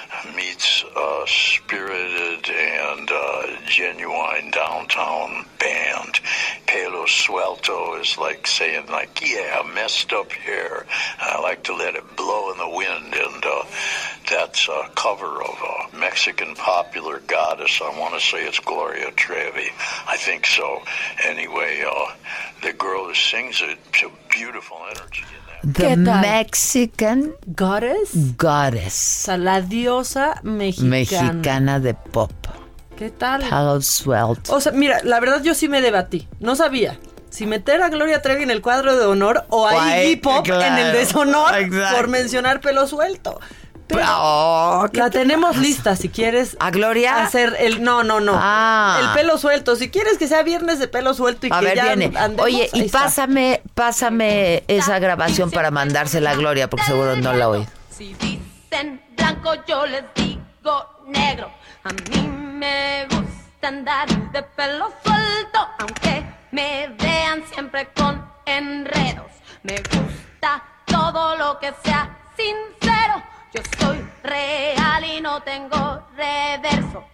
meets a spirited and uh, genuine downtown band. Palo Suelto is like saying, like, yeah, messed up hair. I like to let it blow in the wind, and uh, that's a cover of a Mexican popular goddess. I want to say it's Gloria Trevi. I think so. Anyway, uh, the girl who sings it, it's a beautiful energy.
The Mexican
Goddess.
Goddess.
O sea, la diosa mexicana.
Mexicana de pop.
¿Qué tal?
Palo Suelto.
O sea, mira, la verdad yo sí me debatí. No sabía si meter a Gloria Trevi en el cuadro de honor o a Iggy Pop claro, en el deshonor exacto. por mencionar Pelo Suelto. Pero oh, la tenemos lista si quieres.
¿A Gloria?
Hacer el no, no, no.
Ah.
El pelo suelto. Si quieres que sea viernes de pelo suelto y
a
que
ver,
ya
viene.
andemos,
oye, y pásame, pásame esa grabación para mandársela a Gloria, porque seguro no la oí.
Si dicen blanco, yo les digo negro. A mí me gusta andar de pelo suelto, aunque me vean siempre con enredos. Me gusta todo lo que sea sincero. Yo soy real y no tengo reverso.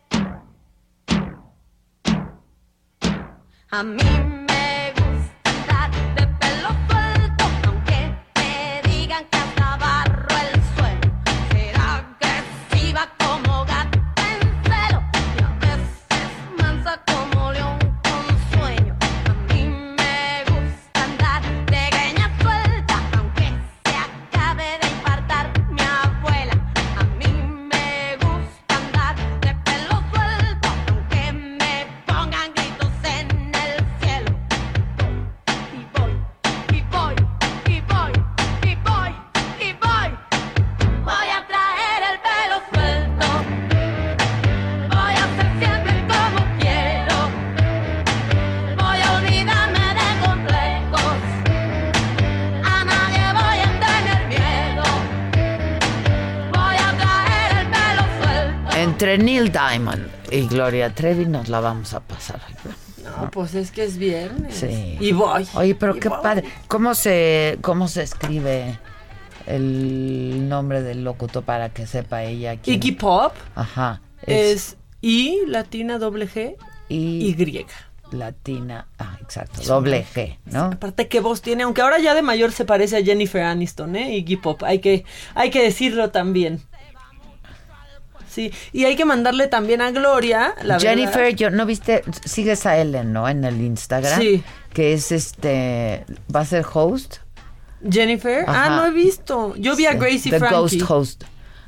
A mí me gusta andar de pelo suelto, aunque me digan que hasta barro el suelo. Ser agresiva como gato en celo y a veces mansa como león con sueño. A mí me gusta andar de greña suelta, aunque se acabe de infartar mi abuela. A mí me gusta andar de pelo suelto, aunque me pongan gritos en el cielo. Y voy, y voy, y voy, y voy, y voy. Voy a traer el pelo suelto. Voy a ser siempre como quiero. Voy a olvidarme de complejos. A nadie voy a tener miedo. Voy a traer el pelo suelto.
Entre Neil Diamond y Gloria Trevi nos la vamos a pasar.
No, pues es que es viernes.
Sí.
Y voy.
Oye, pero
y
qué
voy.
padre. ¿Cómo se, cómo se escribe el nombre del locutor para que sepa ella quién?
Iggy Pop.
Ajá.
Es, I latina doble G
y
Y.
Latina, ah, exacto, doble G, ¿no?
Aparte qué voz tiene, aunque ahora ya de mayor se parece a Jennifer Aniston, ¿eh? Iggy Pop, hay que, hay que decirlo también. Sí, y hay que mandarle también a Gloria, la
Jennifer,
verdad.
yo no viste, sigues a Ellen, ¿no? En el Instagram.
Sí.
Que es este, va a ser host.
Jennifer,
Ajá.
ah, no he visto. Yo vi
sí.
a Gracie
The
Frankie.
Ghost Host.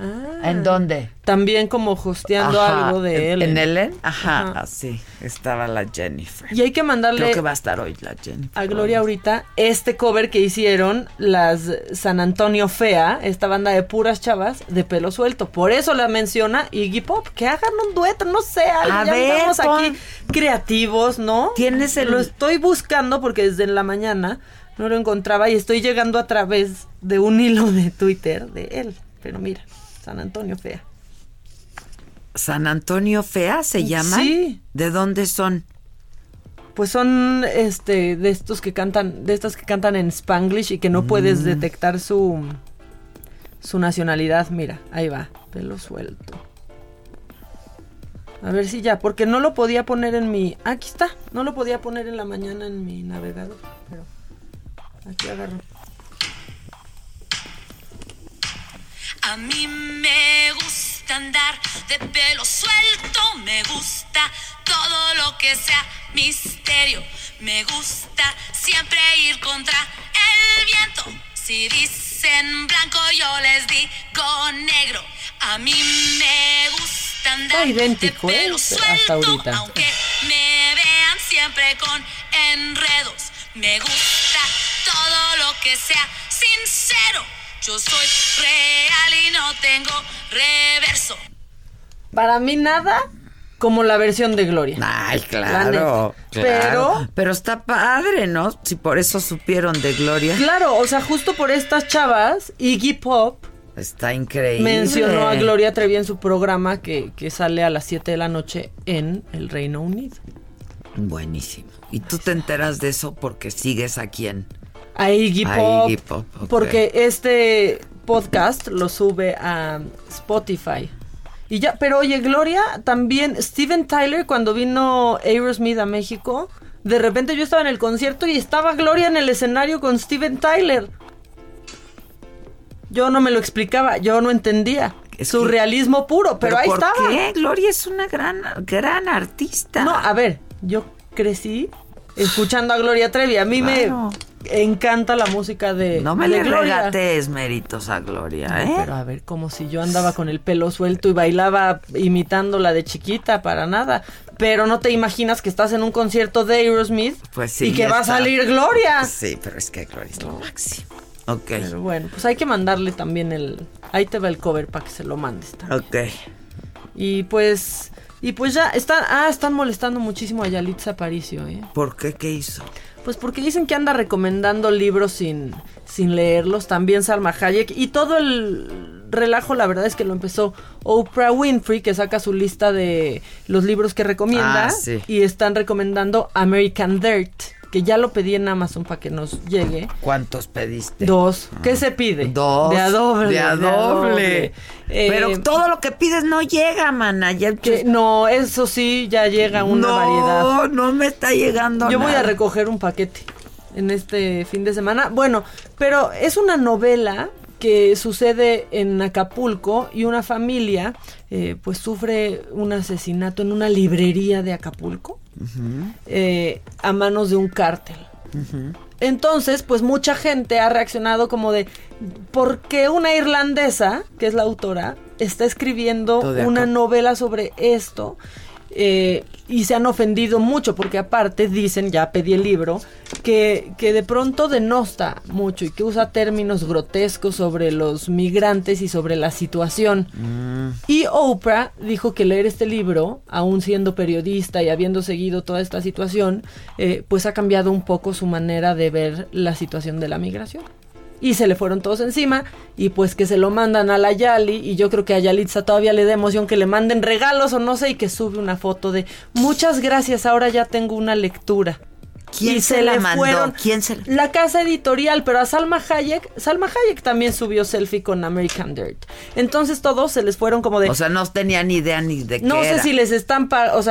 Ah, ¿en dónde?
También como hosteando
Ajá,
algo de
¿en,
Ellen.
¿En Ellen? Ajá,
Ajá.
así estaba la Jennifer.
Y hay que mandarle...
Creo que va a estar hoy la Jennifer.
A Gloria ahorita, este cover que hicieron las San Antonio Fea, esta banda de puras chavas de pelo suelto. Por eso la menciona Iggy Pop, que hagan un dueto, no sé,
A
ya
ver,
estamos
pon-
aquí creativos, ¿no?
Tienes el...
Lo estoy buscando porque desde la mañana no lo encontraba y estoy llegando a través de un hilo de Twitter de él. Pero mira, San Antonio Fea.
¿San Antonio Fea se llaman?
Sí.
¿De dónde son?
Pues son este de estos que cantan, de estas que cantan en Spanglish y que no
Mm.
puedes detectar su su nacionalidad. Mira, ahí va, pelo suelto. A ver si ya, porque no lo podía poner en mi... Aquí está, no lo podía poner en la mañana en mi navegador, pero aquí agarro.
A mí me gusta andar de pelo suelto, me gusta todo lo que sea misterio, me gusta siempre ir contra el viento. Si dicen blanco yo les digo negro. A mí me gusta andar
Está idéntico,
de
¿eh?
pelo
Hasta
suelto,
ahorita.
aunque me vean siempre con enredos. Me gusta todo lo que sea sincero. Yo soy real y no tengo reverso.
Para mí nada como la versión de Gloria.
Ay,
La
claro,
neta.
claro.
Pero...
Pero está padre, ¿no? Si por eso supieron de Gloria.
Claro, o sea, justo por estas chavas, Iggy Pop
Está increíble.
mencionó a Gloria Trevi en su programa que, que sale a las siete de la noche en el Reino Unido.
Buenísimo. ¿Y tú te enteras de eso porque sigues a quién?
A Iggy
A
Pop,
Iggy Pop, ok.
porque este podcast lo sube a Spotify. Y ya, pero oye, Gloria, también Steven Tyler cuando vino Aerosmith a México, de repente yo estaba en el concierto y estaba Gloria en el escenario con Steven Tyler. Yo no me lo explicaba, yo no entendía.
Es
Surrealismo puro, pero, ahí
¿por
estaba.
qué? Gloria es una gran, gran artista.
No, a ver, yo crecí escuchando a Gloria Trevi. A mí
Claro.
me encanta la música de
No me
de
le
Gloria.
regatees méritos a Gloria,
No,
¿eh?
pero a ver, como si yo andaba con el pelo suelto y bailaba imitándola de chiquita, para nada. Pero no te imaginas que estás en un concierto de Aerosmith
Pues sí,
y que
ya
va a
está.
salir Gloria.
Sí, pero es que Gloria es lo máximo. Ok.
Pero bueno, pues hay que mandarle también el... Ahí te va el cover para que se lo mandes también.
Ok.
Y pues... Y pues ya, están, ah, están molestando muchísimo a Yalitza Aparicio, ¿eh?
¿Por qué? ¿Qué hizo?
Pues porque dicen que anda recomendando libros sin, sin leerlos, también Salma Hayek, y todo el relajo, la verdad es que lo empezó Oprah Winfrey, que saca su lista de los libros que recomienda,
Ah, sí.
y están recomendando American Dirt, que ya lo pedí en Amazon para que nos llegue.
¿Cuántos pediste?
Dos. ¿Qué se pide?
Dos.
De a doble.
De a doble.
Eh,
Pero todo lo que pides no llega, mana. Ya
que, no, eso sí, ya llega una
no,
variedad.
No, no me está llegando
Yo voy
nada.
a recoger un paquete en este fin de semana. Bueno, pero es una novela que sucede en Acapulco y una familia eh, pues sufre un asesinato en una librería de Acapulco
Ujú,
eh, a manos de un cártel.
ujú.
Entonces, pues mucha gente ha reaccionado como de ¿por qué una irlandesa, que es la autora, está escribiendo
Todo de
una
acá.
novela sobre esto? Eh, y se han ofendido mucho porque aparte dicen, ya pedí el libro, que, que de pronto denosta mucho y que usa términos grotescos sobre los migrantes y sobre la situación.
Mm.
Y Oprah dijo que leer este libro, aún siendo periodista y habiendo seguido toda esta situación, eh, pues ha cambiado un poco su manera de ver la situación de la migración. Y se le fueron todos encima, y pues que se lo mandan a la Yali, y yo creo que a Yalitza todavía le da emoción que le manden regalos o no sé, y que sube una foto de muchas gracias, ahora ya tengo una lectura.
¿Quién
Y
se la
le
mandó?
fueron-
¿Quién se la-
La casa editorial, pero a Salma Hayek, Salma Hayek también subió selfie con American Dirt. Entonces todos se les fueron como de...
O sea, no tenía ni idea ni de
no
qué
sé
era.
si les están, pa- o sea, de-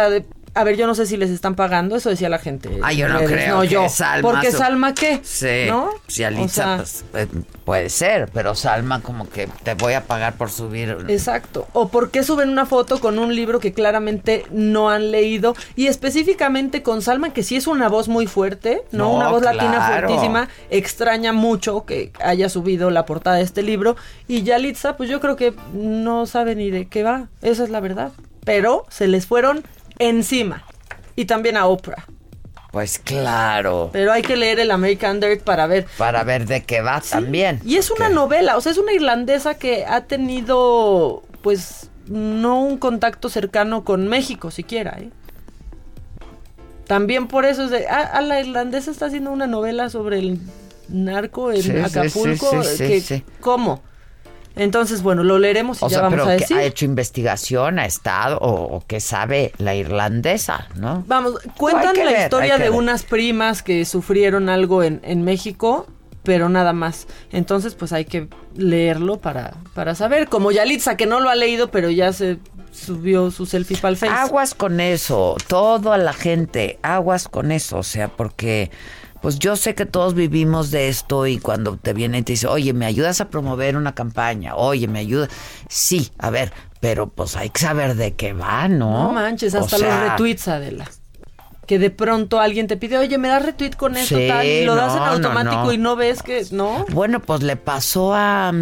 a ver, yo no sé si les están pagando, eso decía la gente.
Ah, yo no
redes,
creo
no,
que
yo.
Salma...
Porque
su...
Salma, ¿qué?
Sí,
¿no?
si Yalitza,
o sea,
pues, eh, puede ser, pero Salma como que te voy a pagar por subir...
Exacto. O por qué suben una foto con un libro que claramente no han leído, y específicamente con Salma, que sí es una voz muy fuerte, ¿no?
No,
una voz
claro.
latina fuertísima, extraña mucho que haya subido la portada de este libro, y Yalitza, pues yo creo que no sabe ni de qué va, esa es la verdad. Pero se les fueron encima. Y también a Oprah.
Pues claro.
Pero hay que leer el American Dirt para ver.
Para ver de qué va
sí.
también.
Y es una
¿Qué?
novela, o sea, es una irlandesa que ha tenido, pues, no un contacto cercano con México siquiera, ¿eh? También por eso es de... Ah, ah, la irlandesa está haciendo una novela sobre el narco en
sí,
Acapulco.
Sí, sí, sí,
que,
sí, sí.
¿Cómo? Entonces, bueno, lo leeremos y
o
ya
sea,
vamos
pero
a
que
decir.
ha hecho investigación, ha estado, o, o que sabe la irlandesa, ¿no?
Vamos, cuentan la
ver,
historia de
ver.
unas primas que sufrieron algo en, en México, pero nada más. Entonces, pues hay que leerlo para, para saber. Como Yalitza, que no lo ha leído, pero ya se subió su selfie para el Face.
Aguas con eso, toda la gente, aguas con eso, o sea, porque... Pues yo sé que todos vivimos de esto y cuando te viene y te dice, oye, ¿me ayudas a promover una campaña? Oye, ¿me ayudas? Sí, a ver, pero pues hay que saber de qué va, ¿no?
No manches, hasta
o sea,
los retweets, Adela. Que de pronto alguien te pide, oye, ¿me das retweet con esto
sí,
tal? Y lo
no,
das en automático
no, no.
y no ves que, ¿no?
Bueno, pues le pasó a...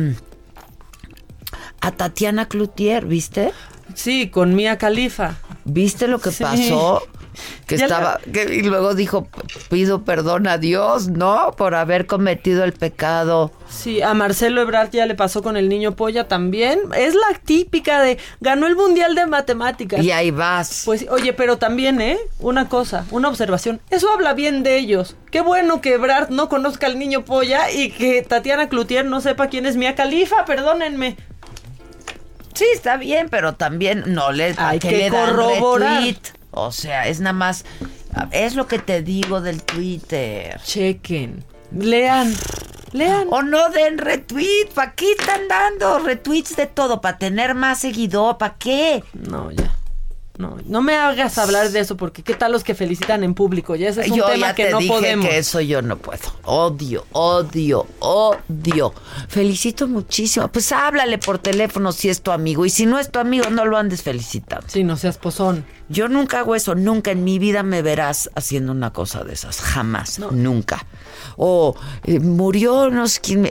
A Tatiana Cloutier, ¿viste?
Sí, con Mia Khalifa.
¿Viste lo que
sí.
pasó? Que
ya
estaba,
la...
que, y luego dijo, pido perdón a Dios, ¿no? Por haber cometido el pecado.
Sí, a Marcelo Ebrard ya le pasó con el niño polla también. Es la típica de, ganó el Mundial de Matemáticas.
Y ahí vas.
Pues, oye, pero también, ¿eh? Una cosa, una observación. Eso habla bien de ellos. Qué bueno que Ebrard no conozca al niño polla y que Tatiana Cloutier no sepa quién es Mia Khalifa, perdónenme.
Sí, está bien, pero también no le,
hay
que
que
le dan
corroborar.
retweet. O sea, es nada más, es lo que te digo del Twitter.
Chequen, lean, lean.
O no den retweet, ¿para qué están dando retweets de todo? ¿Para tener más seguidor? ¿Para qué?
No, ya. No, no me hagas hablar de eso porque qué tal los que felicitan en público, ya ese es un
yo
tema
ya
que
te
no
dije
podemos.
Que eso yo no puedo. Odio, odio, odio. Felicito muchísimo. Pues háblale por teléfono si es tu amigo y si no es tu amigo no lo andes felicitando.
Sí, no seas pozón.
Yo nunca hago eso, nunca en mi vida me verás haciendo una cosa de esas, jamás, no. Nunca. O eh, murió, no sé quién me...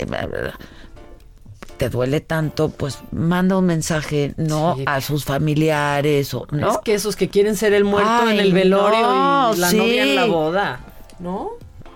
te duele tanto, pues manda un mensaje, ¿no? Sí. A sus familiares, o ¿no?
Es que esos que quieren ser el muerto Ay, en el velorio no, y la sí. novia en la boda, ¿no?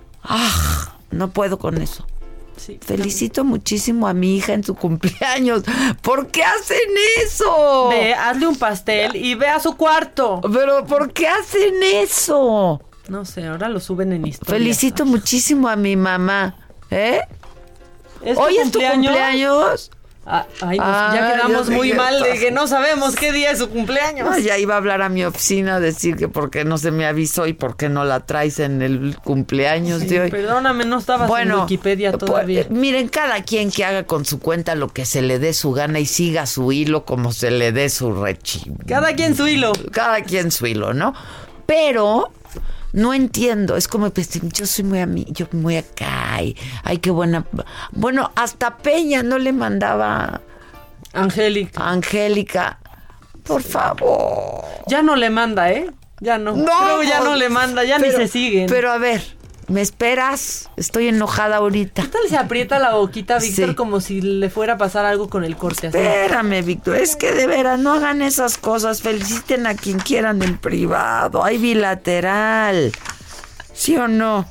Ah, no puedo con eso.
Sí,
felicito también. Muchísimo a mi hija en su cumpleaños. ¿Por qué hacen eso?
Ve, hazle un pastel y ve a su cuarto.
Pero ¿por qué hacen eso?
No sé, ahora lo suben en historia.
Felicito muchísimo a mi mamá, ¿eh?
¿Es
¿Hoy
tu
es tu cumpleaños?
Ah, ay, nos, ah, ya quedamos muy
dije,
mal de que no sabemos qué día es su cumpleaños.
No, ya iba a hablar a mi oficina a decir que por qué no se me avisó y por qué no la traes en el cumpleaños
sí,
de hoy.
Perdóname, no estabas bueno, en Wikipedia todavía.
Pues, miren, cada quien que haga con su cuenta lo que se le dé su gana y siga su hilo como se le dé su rechi.
Cada quien su hilo.
Cada quien su hilo, ¿no? Pero... no entiendo, es como, pues, yo soy muy a mí, yo muy acá, y, ay, qué buena. Bueno, hasta Peña no le mandaba.
Angélica.
Angélica, por favor.
Ya no le manda, ¿eh? Ya no.
No,
Creo ya no le manda, ya
pero,
ni se siguen.
Pero a ver, ¿me esperas? Estoy enojada ahorita.
¿Qué tal se aprieta la boquita, Víctor,
sí.
como si le fuera a pasar algo con el corte así?
Espérame, Víctor, es que de veras, no hagan esas cosas. Feliciten a quien quieran en privado. Hay bilateral. ¿Sí o no?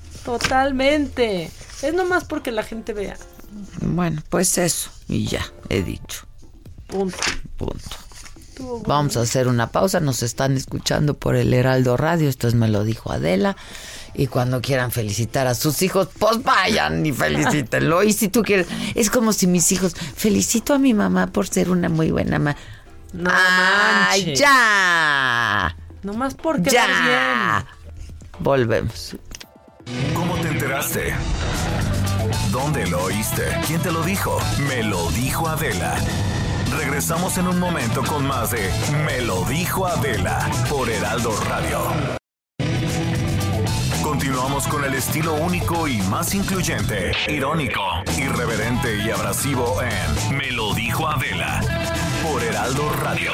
Totalmente. Es nomás porque la gente vea.
Bueno, pues eso. Y ya, he dicho.
Punto.
Punto. Bueno. Vamos a hacer una pausa. Nos están escuchando por el Heraldo Radio. Esto es Me lo dijo Adela. Y cuando quieran felicitar a sus hijos, pues vayan y felicítenlo. Y si tú quieres, es como si mis hijos, felicito a mi mamá por ser una muy buena mamá.
No
¡ay,
manches.
ya!
Nomás porque
ya.
Bien.
Volvemos.
¿Cómo te enteraste? ¿Dónde lo oíste? ¿Quién te lo dijo? Me lo dijo Adela. Regresamos en un momento con más de Me lo dijo Adela por Heraldo Radio. Continuamos con el estilo único y más incluyente, irónico, irreverente y abrasivo en Me lo dijo Adela por Heraldo Radio.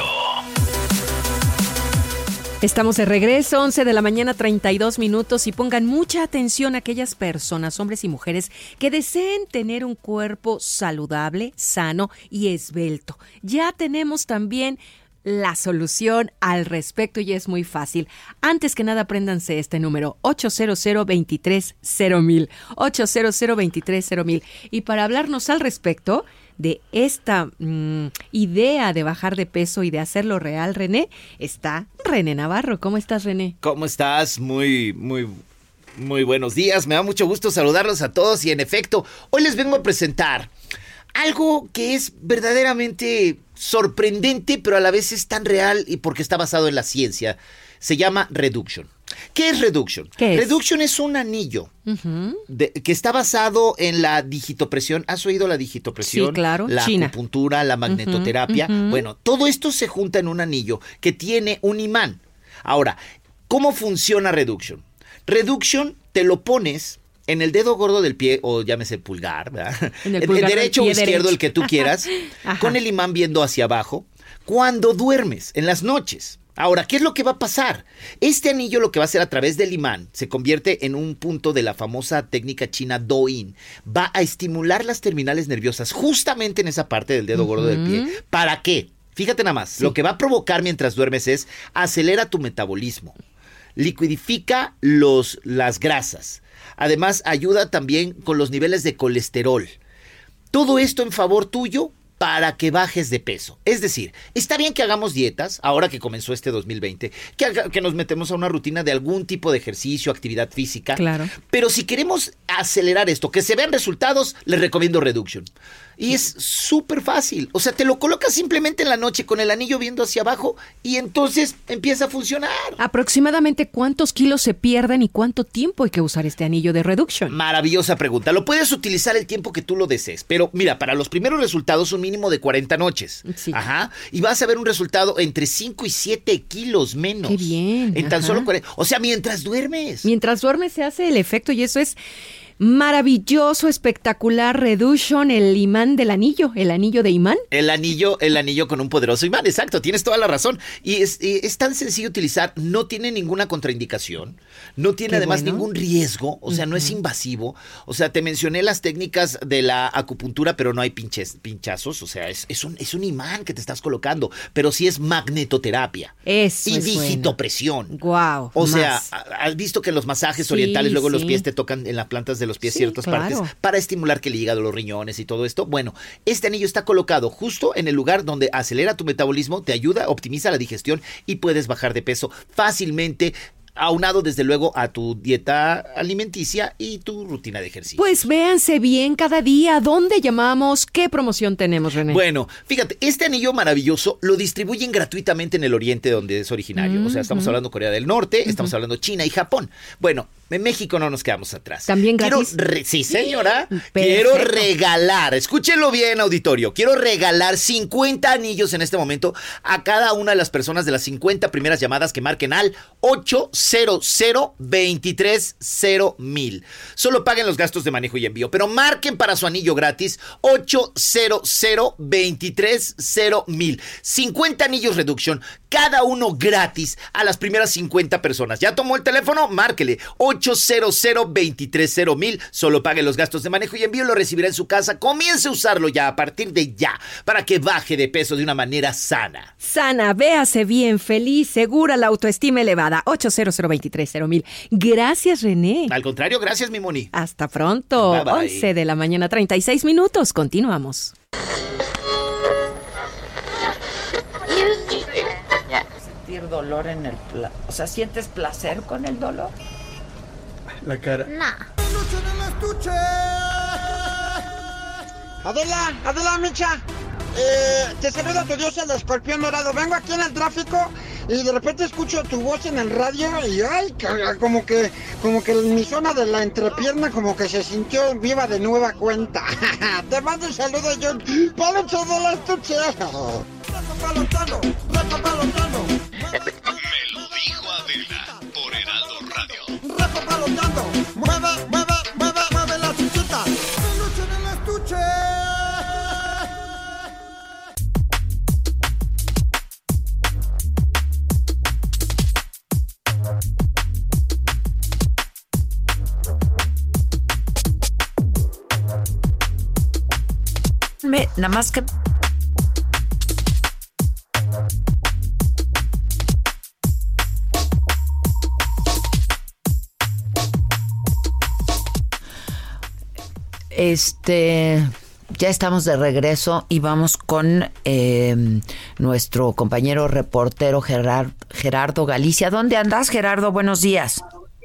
Estamos de regreso, once de la mañana, treinta y dos minutos, y pongan mucha atención a aquellas personas, hombres y mujeres, que deseen tener un cuerpo saludable, sano y esbelto. Ya tenemos también la solución al respecto y es muy fácil. Antes que nada, apréndanse este número, ocho cero cero, veintitrés cero mil, ocho cero cero, veintitrés cero mil. Y para hablarnos al respecto de esta mmm, idea de bajar de peso y de hacerlo real, René, está René Navarro. ¿Cómo estás, René?
¿Cómo estás? Muy, muy, muy buenos días. Me da mucho gusto saludarlos a todos y en efecto, hoy les vengo a presentar algo que es verdaderamente sorprendente, pero a la vez es tan real y porque está basado en la ciencia. Se llama Reduction. ¿Qué es Reduction?
¿Qué es?
Reduction es un anillo
Uh-huh.
de, que está basado en la digitopresión. ¿Has oído la digitopresión?
Sí, claro.
La
China.
acupuntura, la magnetoterapia.
Uh-huh, uh-huh.
Bueno, todo esto se junta en un anillo que tiene un imán. Ahora, ¿cómo funciona Reduction? Reduction te lo pones en el dedo gordo del pie, o llámese pulgar, ¿verdad?
En el
el
pulgar
derecho o
del pie
izquierdo,
derecho.
el que tú quieras, con el imán viendo hacia abajo, cuando duermes, en las noches. Ahora, ¿qué es lo que va a pasar? Este anillo lo que va a hacer a través del imán se convierte en un punto de la famosa técnica china Do-In. Va a estimular las terminales nerviosas justamente en esa parte del dedo gordo del pie. ¿Para qué? Fíjate nada más. Sí. Lo que va a provocar mientras duermes es acelera tu metabolismo, liquidifica los, las grasas. Además, ayuda también con los niveles de colesterol. Todo esto en favor tuyo para que bajes de peso. Es decir, está bien que hagamos dietas, ahora que comenzó este dos mil veinte, que, haga, que nos metemos a una rutina de algún tipo de ejercicio, actividad física.
Claro.
Pero si queremos acelerar esto, que se vean resultados, les recomiendo Reduction. Y es súper fácil. O sea, te lo colocas simplemente en la noche con el anillo viendo hacia abajo y entonces empieza a funcionar.
¿Aproximadamente cuántos kilos se pierden y cuánto tiempo hay que usar este anillo de Reduction?
Maravillosa pregunta. Lo puedes utilizar el tiempo que tú lo desees. Pero mira, para los primeros resultados un mínimo de cuarenta noches.
Sí.
Ajá. Y vas a ver un resultado entre cinco y siete kilos menos.
Qué bien.
En tan
Ajá.
solo cuarenta. O sea, mientras duermes.
Mientras duermes se hace el efecto y eso es maravilloso, espectacular. Reduction, el imán del anillo, el anillo de imán.
El anillo, el anillo con un poderoso imán, exacto, tienes toda la razón. Y es, es tan sencillo de utilizar, no tiene ninguna contraindicación, no tiene
Qué
además
bueno.
ningún riesgo, o sea, uh-huh. no es invasivo. O sea, te mencioné las técnicas de la acupuntura, pero no hay pinches, pinchazos, o sea, es, es, un, es un imán que te estás colocando, pero sí es magnetoterapia.
Eso
y
es
digitopresión.
Wow.
O
más.
sea, has visto que en los masajes
Sí,
orientales luego
sí.
los pies te tocan en las plantas de los pies
Sí,
ciertas
claro.
partes para estimular que el hígado, los riñones y todo esto. Bueno, este anillo está colocado justo en el lugar donde acelera tu metabolismo, te ayuda, optimiza la digestión y puedes bajar de peso fácilmente, aunado desde luego a tu dieta alimenticia y tu rutina de ejercicio.
Pues véanse bien cada día. ¿Dónde llamamos? ¿Qué promoción tenemos, René?
Bueno, fíjate, este anillo maravilloso lo distribuyen gratuitamente en el Oriente donde es originario.
Mm,
o sea, estamos
mm.
hablando Corea del Norte,
Uh-huh.
estamos hablando China y Japón. Bueno, en México no nos quedamos atrás.
¿También gratis?
Quiero re- sí, señora.
Perfecto.
Quiero regalar, escúchenlo bien, auditorio. Quiero regalar cincuenta anillos en este momento a cada una de las personas de las cincuenta primeras llamadas que marquen al ocho cero cero, veintitrés cero mil. Solo paguen los gastos de manejo y envío, pero marquen para su anillo gratis ocho cero cero, veintitrés cero mil. cincuenta anillos Reduction, cada uno gratis a las primeras cincuenta personas. ¿Ya tomó el teléfono? Márquele ocho cero cero, veintitrés cero mil. Solo pague los gastos de manejo y envío, lo recibirá en su casa. Comience a usarlo ya a partir de ya para que baje de peso de una manera sana.
Sana, véase bien, feliz, segura, la autoestima elevada. ocho cero cero, veintitrés cero mil. Gracias, René.
Al contrario, gracias, mi Moni.
Hasta pronto.
Bye, bye.
once de la mañana, treinta y seis minutos. Continuamos.
Sentir dolor en el... Pla- o sea, ¿sientes placer con el dolor?
La cara.
Adela, Adela, Micha. Eh, te saluda tu dios el escorpión dorado. Vengo aquí en el tráfico
y de repente escucho tu voz en el radio y ay, como que como que mi zona de la entrepierna como que se sintió viva de nueva cuenta. Te mando un saludo, John. ¡Para todo el estuche!
Me lo dijo Adela por Heraldo Radio.
¡Rafa palotando! ¡Mueve, mueve, mueve, mueve la chuchita! ¡Peluche en el estuche!
Me, nada más que este ya estamos de regreso y vamos con eh, nuestro compañero reportero Gerard, Gerardo Galicia. ¿Dónde andas, Gerardo? Buenos días.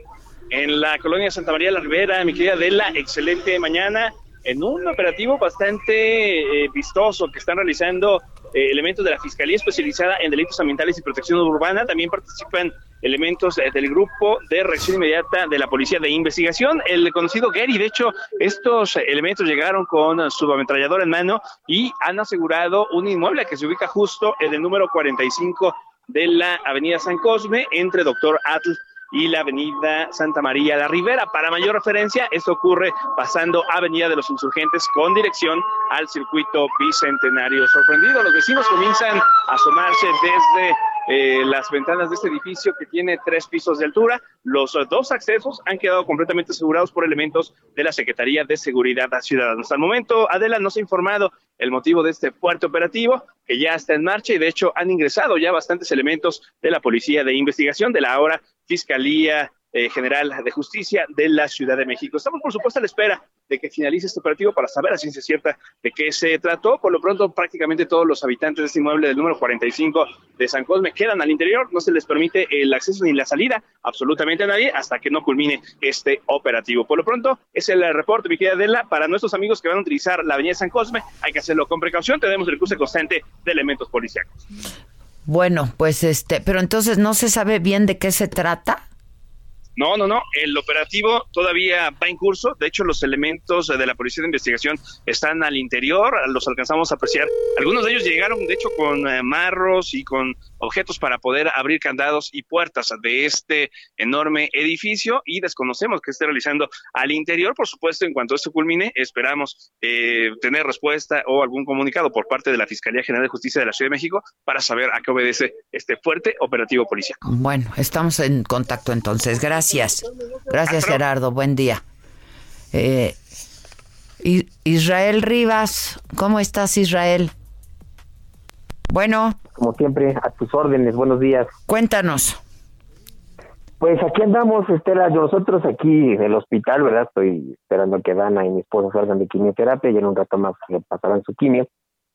En la colonia Santa María la Ribera, mi querida Adela, excelente mañana. En un operativo bastante eh, vistoso que están realizando eh, elementos de la Fiscalía Especializada en Delitos Ambientales y Protección Urbana. También participan elementos eh, del Grupo de Reacción Inmediata de la Policía de Investigación, el conocido Gary. De hecho, estos elementos llegaron con su ametralladora en mano y han asegurado un inmueble que se ubica justo en el número cuarenta y cinco de la avenida San Cosme, entre Doctor Atl y la avenida Santa María la Ribera. Para mayor referencia, esto ocurre pasando Avenida de los Insurgentes con dirección al circuito bicentenario. Sorprendido, los vecinos comienzan a asomarse desde eh, las ventanas de este edificio que tiene tres pisos de altura. Los uh, dos accesos han quedado completamente asegurados por elementos de la Secretaría de Seguridad Ciudadana. Hasta el momento, Adela, no se ha informado el motivo de este fuerte operativo, que ya está en marcha, y de hecho han ingresado ya bastantes elementos de la Policía de Investigación, de la ahora Fiscalía eh, General de Justicia de la Ciudad de México. Estamos, por supuesto, a la espera de que finalice este operativo para saber a ciencia cierta de qué se trató. Por lo pronto, prácticamente todos los habitantes de este inmueble del número cuarenta y cinco de San Cosme quedan al interior. No se les permite el acceso ni la salida absolutamente a nadie hasta que no culmine este operativo. Por lo pronto, es el reporte, mi querida Adela. Para nuestros amigos que van a utilizar la avenida San Cosme, hay que hacerlo con precaución. Tenemos el cruce constante de elementos policíacos.
Bueno, pues este, pero entonces no se sabe bien de qué se trata.
No, no, no, el operativo todavía va en curso. De hecho, los elementos de la Policía de Investigación están al interior, los alcanzamos a apreciar. Algunos de ellos llegaron, de hecho, con eh, marros y con objetos para poder abrir candados y puertas de este enorme edificio, y desconocemos qué esté realizando al interior. Por supuesto, en cuanto esto culmine, esperamos eh, tener respuesta o algún comunicado por parte de la Fiscalía General de Justicia de la Ciudad de México para saber a qué obedece este fuerte operativo policial.
Bueno, estamos en contacto entonces. Gracias. Gracias. Gracias, Gerardo. Buen día. Eh, Israel Rivas, ¿cómo estás, Israel? Bueno.
Como siempre, a tus órdenes. Buenos días.
Cuéntanos.
Pues aquí andamos, Estela, nosotros aquí en el hospital, ¿verdad? Estoy esperando que Dana y mi esposa salgan de quimioterapia y en un rato más pasarán su quimio.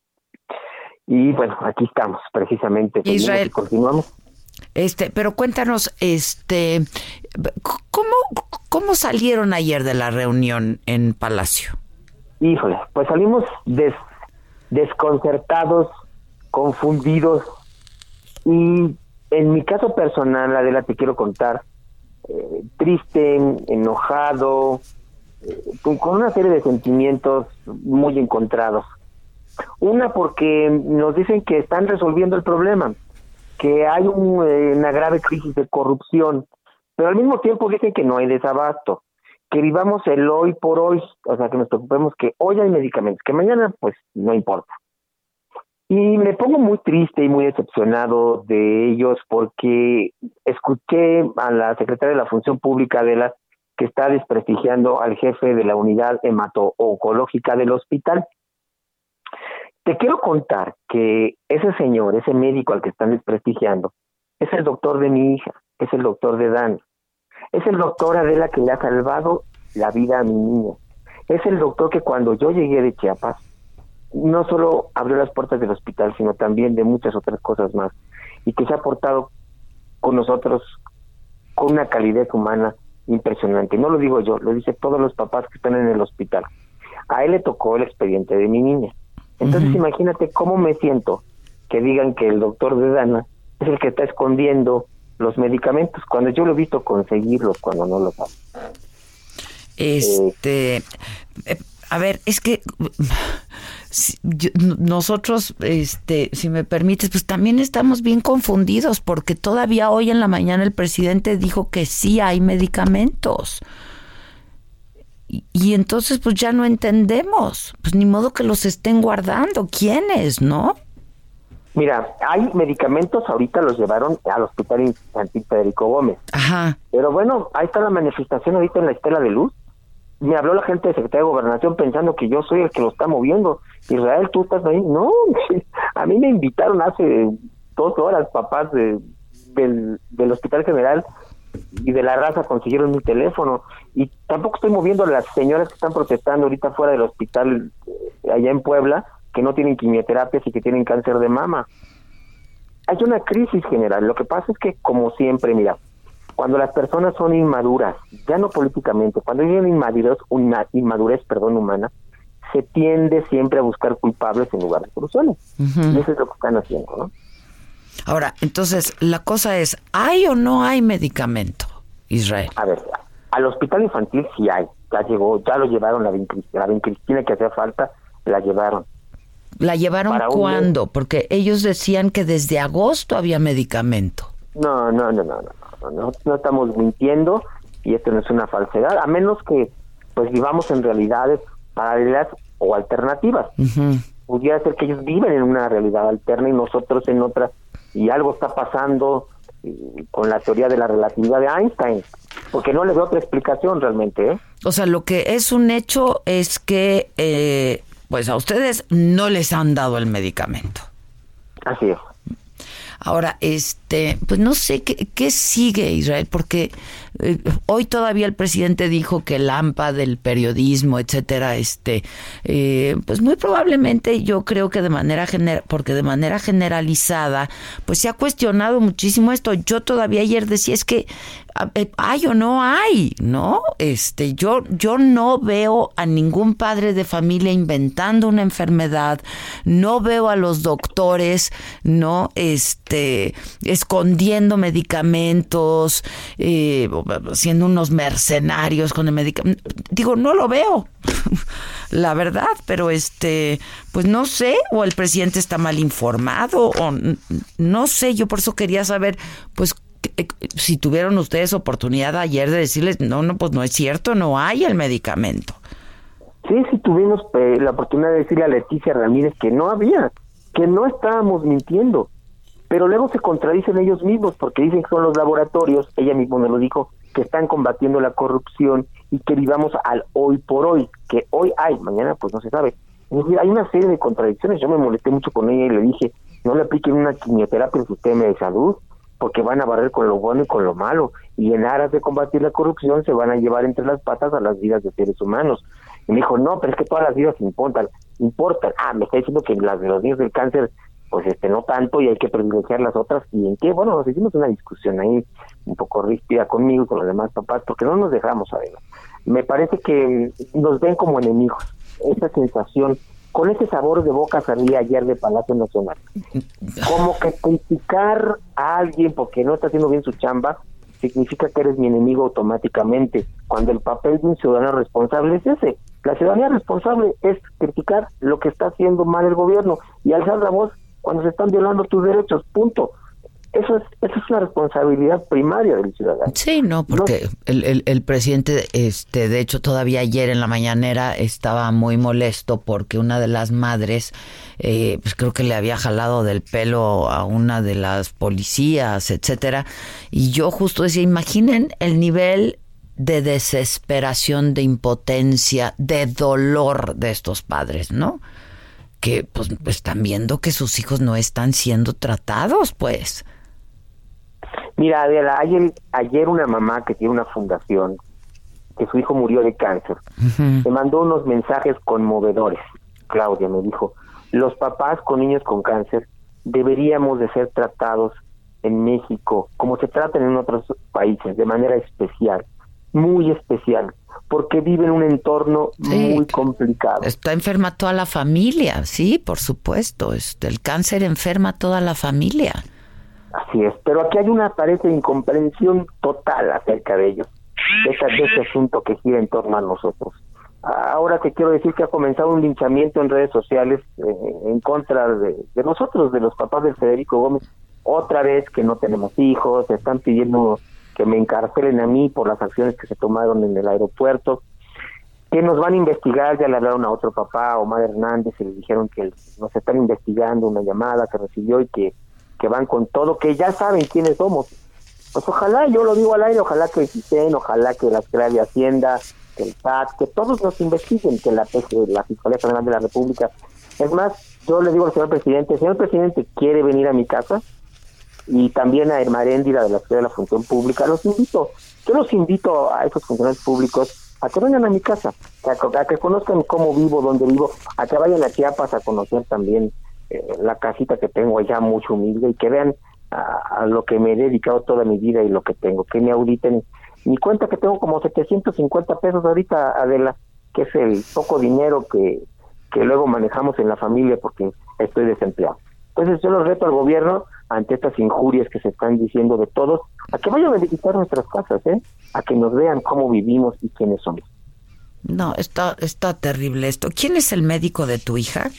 Y bueno, aquí estamos, precisamente.
Israel.
Y continuamos.
Este, pero cuéntanos, este, ¿cómo, cómo salieron ayer de la reunión en Palacio?
Híjole, pues salimos des, desconcertados, confundidos, y en mi caso personal, Adela, te quiero contar, eh, triste, enojado, eh, con, con una serie de sentimientos muy encontrados. Una, porque nos dicen que están resolviendo el problema, que hay un, eh, una grave crisis de corrupción, pero al mismo tiempo dicen que no hay desabasto, que vivamos el hoy por hoy, o sea, que nos preocupemos que hoy hay medicamentos, que mañana pues no importa. Y me pongo muy triste y muy decepcionado de ellos porque escuché a la secretaria de la Función Pública de la que está desprestigiando al jefe de la unidad hemato-oncológica del hospital. Te quiero contar que ese señor, ese médico al que están desprestigiando, es el doctor de mi hija, es el doctor de Dan, es el doctor, Adela, que le ha salvado la vida a mi niña, es el doctor que cuando yo llegué de Chiapas, no solo abrió las puertas del hospital, sino también de muchas otras cosas más, y que se ha portado con nosotros con una calidez humana impresionante. No lo digo yo, lo dicen todos los papás que están en el hospital. A él le tocó el expediente de mi niña. Entonces, uh-huh. Imagínate cómo me siento que digan que el doctor de Dana es el que está escondiendo los medicamentos, cuando yo lo he visto conseguirlos, cuando no los hace.
Este, eh, a ver, es que si, yo, nosotros, este, si me permites, pues también estamos bien confundidos, porque todavía hoy en la mañana el presidente dijo que sí hay medicamentos. Y, y entonces pues ya no entendemos, pues ni modo que los estén guardando. ¿Quiénes, no?
Mira, hay medicamentos, ahorita los llevaron al Hospital Infantil Federico Gómez.
Ajá.
Pero bueno, ahí está la manifestación ahorita en la Estela de Luz. Me habló la gente de Secretaría de Gobernación pensando que yo soy el que lo está moviendo. Israel, ¿tú estás ahí? No, a mí me invitaron hace dos horas, papás de, del, del Hospital General y de La Raza consiguieron mi teléfono. Y tampoco estoy moviendo a las señoras que están protestando ahorita fuera del hospital eh, allá en Puebla, que no tienen quimioterapias y que tienen cáncer de mama. Hay una crisis general. Lo que pasa es que, como siempre, mira, cuando las personas son inmaduras, ya no políticamente, cuando hay una inmadurez, una inmadurez perdón, humana, se tiende siempre a buscar culpables en lugar de soluciones. Uh-huh. Y eso es lo que están haciendo, ¿no?
Ahora, entonces, la cosa es, ¿hay o no hay medicamento, Israel?
A ver, al hospital infantil sí hay. Ya llegó, ya lo llevaron, la vincristina, la vincristina que hacía falta, la llevaron.
¿La llevaron cuándo? Porque ellos decían que desde agosto había medicamento.
No, no, no, no, no, no, no estamos mintiendo y esto no es una falsedad, a menos que pues vivamos en realidades paralelas o alternativas. Uh-huh. Pudiera ser que ellos viven en una realidad alterna y nosotros en otra, y algo está pasando eh, con la teoría de la relatividad de Einstein, porque no les doy otra explicación realmente, ¿eh?
O sea, lo que es un hecho es que eh, pues a ustedes no les han dado el medicamento.
Así es.
Ahora, este, pues no sé qué, qué sigue, Israel, porque eh, hoy todavía el presidente dijo que el AMPA del periodismo, etcétera, este, eh, pues muy probablemente yo creo que de manera gener- porque de manera generalizada, pues se ha cuestionado muchísimo esto. Yo todavía ayer decía, es que hay o no hay, ¿no? Este, yo, yo no veo a ningún padre de familia inventando una enfermedad, no veo a los doctores, ¿no? Este, escondiendo medicamentos, eh, siendo unos mercenarios con el medicamento. Digo, no lo veo, la verdad, pero este, pues no sé, o el presidente está mal informado, o no sé, yo por eso quería saber, pues, si tuvieron ustedes oportunidad ayer de decirles, no, no, pues no es cierto, no hay el medicamento.
Sí, sí tuvimos eh, la oportunidad de decirle a Leticia Ramírez que no había, que no estábamos mintiendo, pero luego se contradicen ellos mismos porque dicen que son los laboratorios, ella misma me lo dijo, que están combatiendo la corrupción y que vivamos al hoy por hoy, que hoy hay, mañana pues no se sabe. Es decir, hay una serie de contradicciones. Yo me molesté mucho con ella y le dije, no le apliquen una quimioterapia al sistema de salud, porque van a barrer con lo bueno y con lo malo, y en aras de combatir la corrupción se van a llevar entre las patas a las vidas de seres humanos. Y me dijo, no, pero es que todas las vidas importan, importan. Ah, me está diciendo que las de los niños del cáncer, pues este no tanto, y hay que privilegiar las otras. ¿Y en qué? Bueno, nos hicimos una discusión ahí, un poco ríspida conmigo y con los demás papás, porque no nos dejamos saber. Me parece que nos ven como enemigos, esa sensación. Con ese sabor de boca salí ayer de Palacio Nacional. Como que criticar a alguien porque no está haciendo bien su chamba significa que eres mi enemigo automáticamente, cuando el papel de un ciudadano responsable es ese. La ciudadanía responsable es criticar lo que está haciendo mal el gobierno y alzar la voz cuando se están violando tus derechos, punto. Eso es, eso es una responsabilidad primaria del ciudadano.
Sí, no, porque no. El, el, el presidente, este, de hecho, todavía ayer en la mañanera estaba muy molesto porque una de las madres, eh, pues creo que le había jalado del pelo a una de las policías, etcétera. Y yo justo decía, imaginen el nivel de desesperación, de impotencia, de dolor de estos padres, ¿no? Que pues están viendo que sus hijos no están siendo tratados, pues.
Mira, Adela, ayer, ayer una mamá que tiene una fundación, que su hijo murió de cáncer, uh-huh. me mandó unos mensajes conmovedores. Claudia me dijo, los papás con niños con cáncer deberíamos de ser tratados en México como se tratan en otros países, de manera especial, muy especial, porque viven en un entorno sí, muy complicado.
Está enferma toda la familia, sí, por supuesto. Este, el cáncer enferma a toda la familia.
Así es, pero aquí hay una aparente incomprensión total acerca de ellos, de, esta, de este asunto que gira en torno a nosotros. Ahora te quiero decir que ha comenzado un linchamiento en redes sociales eh, en contra de, de nosotros, de los papás de Federico Gómez, otra vez que no tenemos hijos, están pidiendo que me encarcelen a mí por las acciones que se tomaron en el aeropuerto, que nos van a investigar. Ya le hablaron a otro papá, Omar Hernández, y le dijeron que nos están investigando una llamada que recibió y que, que van con todo, que ya saben quiénes somos. Pues ojalá, yo lo digo al aire, ojalá que existen, ojalá que la Secretaría de Hacienda, que el S A T, que todos nos investiguen, que la, la Fiscalía General de la República. Es más, yo le digo al señor presidente, señor presidente, ¿quiere venir a mi casa? Y también a Irma Heréndira de la Secretaría de la Función Pública, los invito, yo los invito a esos funcionarios públicos a que vengan a mi casa, a, a que conozcan cómo vivo, dónde vivo, a que vayan a Chiapas a conocer también eh, la casita que tengo allá, mucho humilde, y que vean a, a lo que me he dedicado toda mi vida y lo que tengo, que me auditen mi cuenta, que tengo como setecientos cincuenta pesos ahorita, Adela, que es el poco dinero que, que luego manejamos en la familia porque estoy desempleado. Entonces yo los reto al gobierno, ante estas injurias que se están diciendo de todos, a que vayan a visitar nuestras casas, ¿eh? A que nos vean cómo vivimos y quiénes somos.
No, está, está terrible esto. ¿Quién es el médico de tu hija?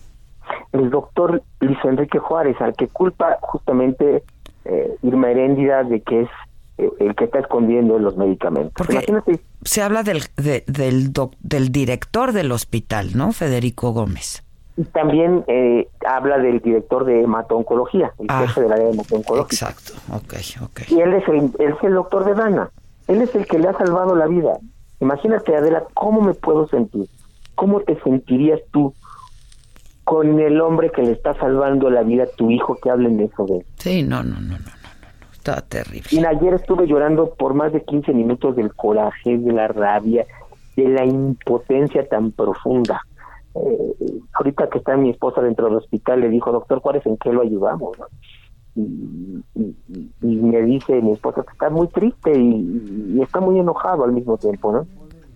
El doctor Luis Enrique Juárez, al que culpa justamente eh, Irma Heréndira de que es eh, el que está escondiendo los medicamentos.
Porque imagínate, se habla del, de, del, doc, del director del hospital, ¿no? Federico Gómez.
Y también eh, habla del director de hemato-oncología, el
ah,
jefe del área de hemato-oncología.
Exacto, ok, ok.
Y él es, el, él es el doctor de Dana, él es el que le ha salvado la vida. Imagínate, Adela, ¿cómo me puedo sentir? ¿Cómo te sentirías tú con el hombre que le está salvando la vida a tu hijo, que hablen de eso de él?
Sí, no, no, no, no, no, no, está terrible.
Y ayer estuve llorando por más de quince minutos del coraje, de la rabia, de la impotencia tan profunda. Eh, ahorita que está mi esposa dentro del hospital, le dijo, doctor Juárez, ¿en qué lo ayudamos? ¿No? Y, y, y me dice mi esposa que está muy triste y, y está muy enojado al mismo tiempo, ¿no?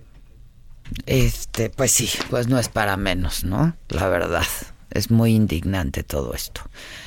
Este, pues sí, pues no es para menos, ¿no? La verdad, es muy indignante todo esto.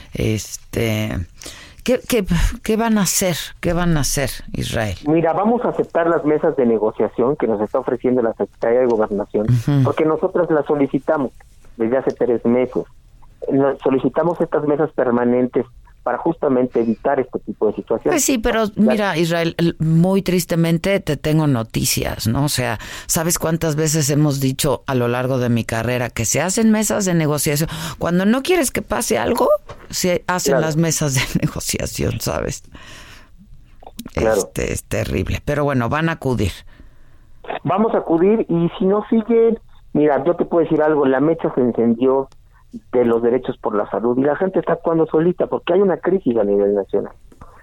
Este, ¿qué, qué, qué van a hacer? ¿Qué van a hacer, Israel?
Mira, vamos a aceptar las mesas de negociación que nos está ofreciendo la Secretaría de Gobernación, uh-huh. porque nosotros las solicitamos desde hace tres meses. Nos solicitamos estas mesas permanentes para justamente evitar este tipo de situaciones.
Pues sí, pero mira, Israel, muy tristemente te tengo noticias, ¿no? O sea, ¿sabes cuántas veces hemos dicho a lo largo de mi carrera que se hacen mesas de negociación? Cuando no quieres que pase algo, se hacen claro. las mesas de negociación, ¿sabes? Claro. Este es terrible, pero bueno, van a acudir.
Vamos a acudir y si no siguen, mira, yo te puedo decir algo, la mecha se encendió de los derechos por la salud y la gente está actuando solita porque hay una crisis a nivel nacional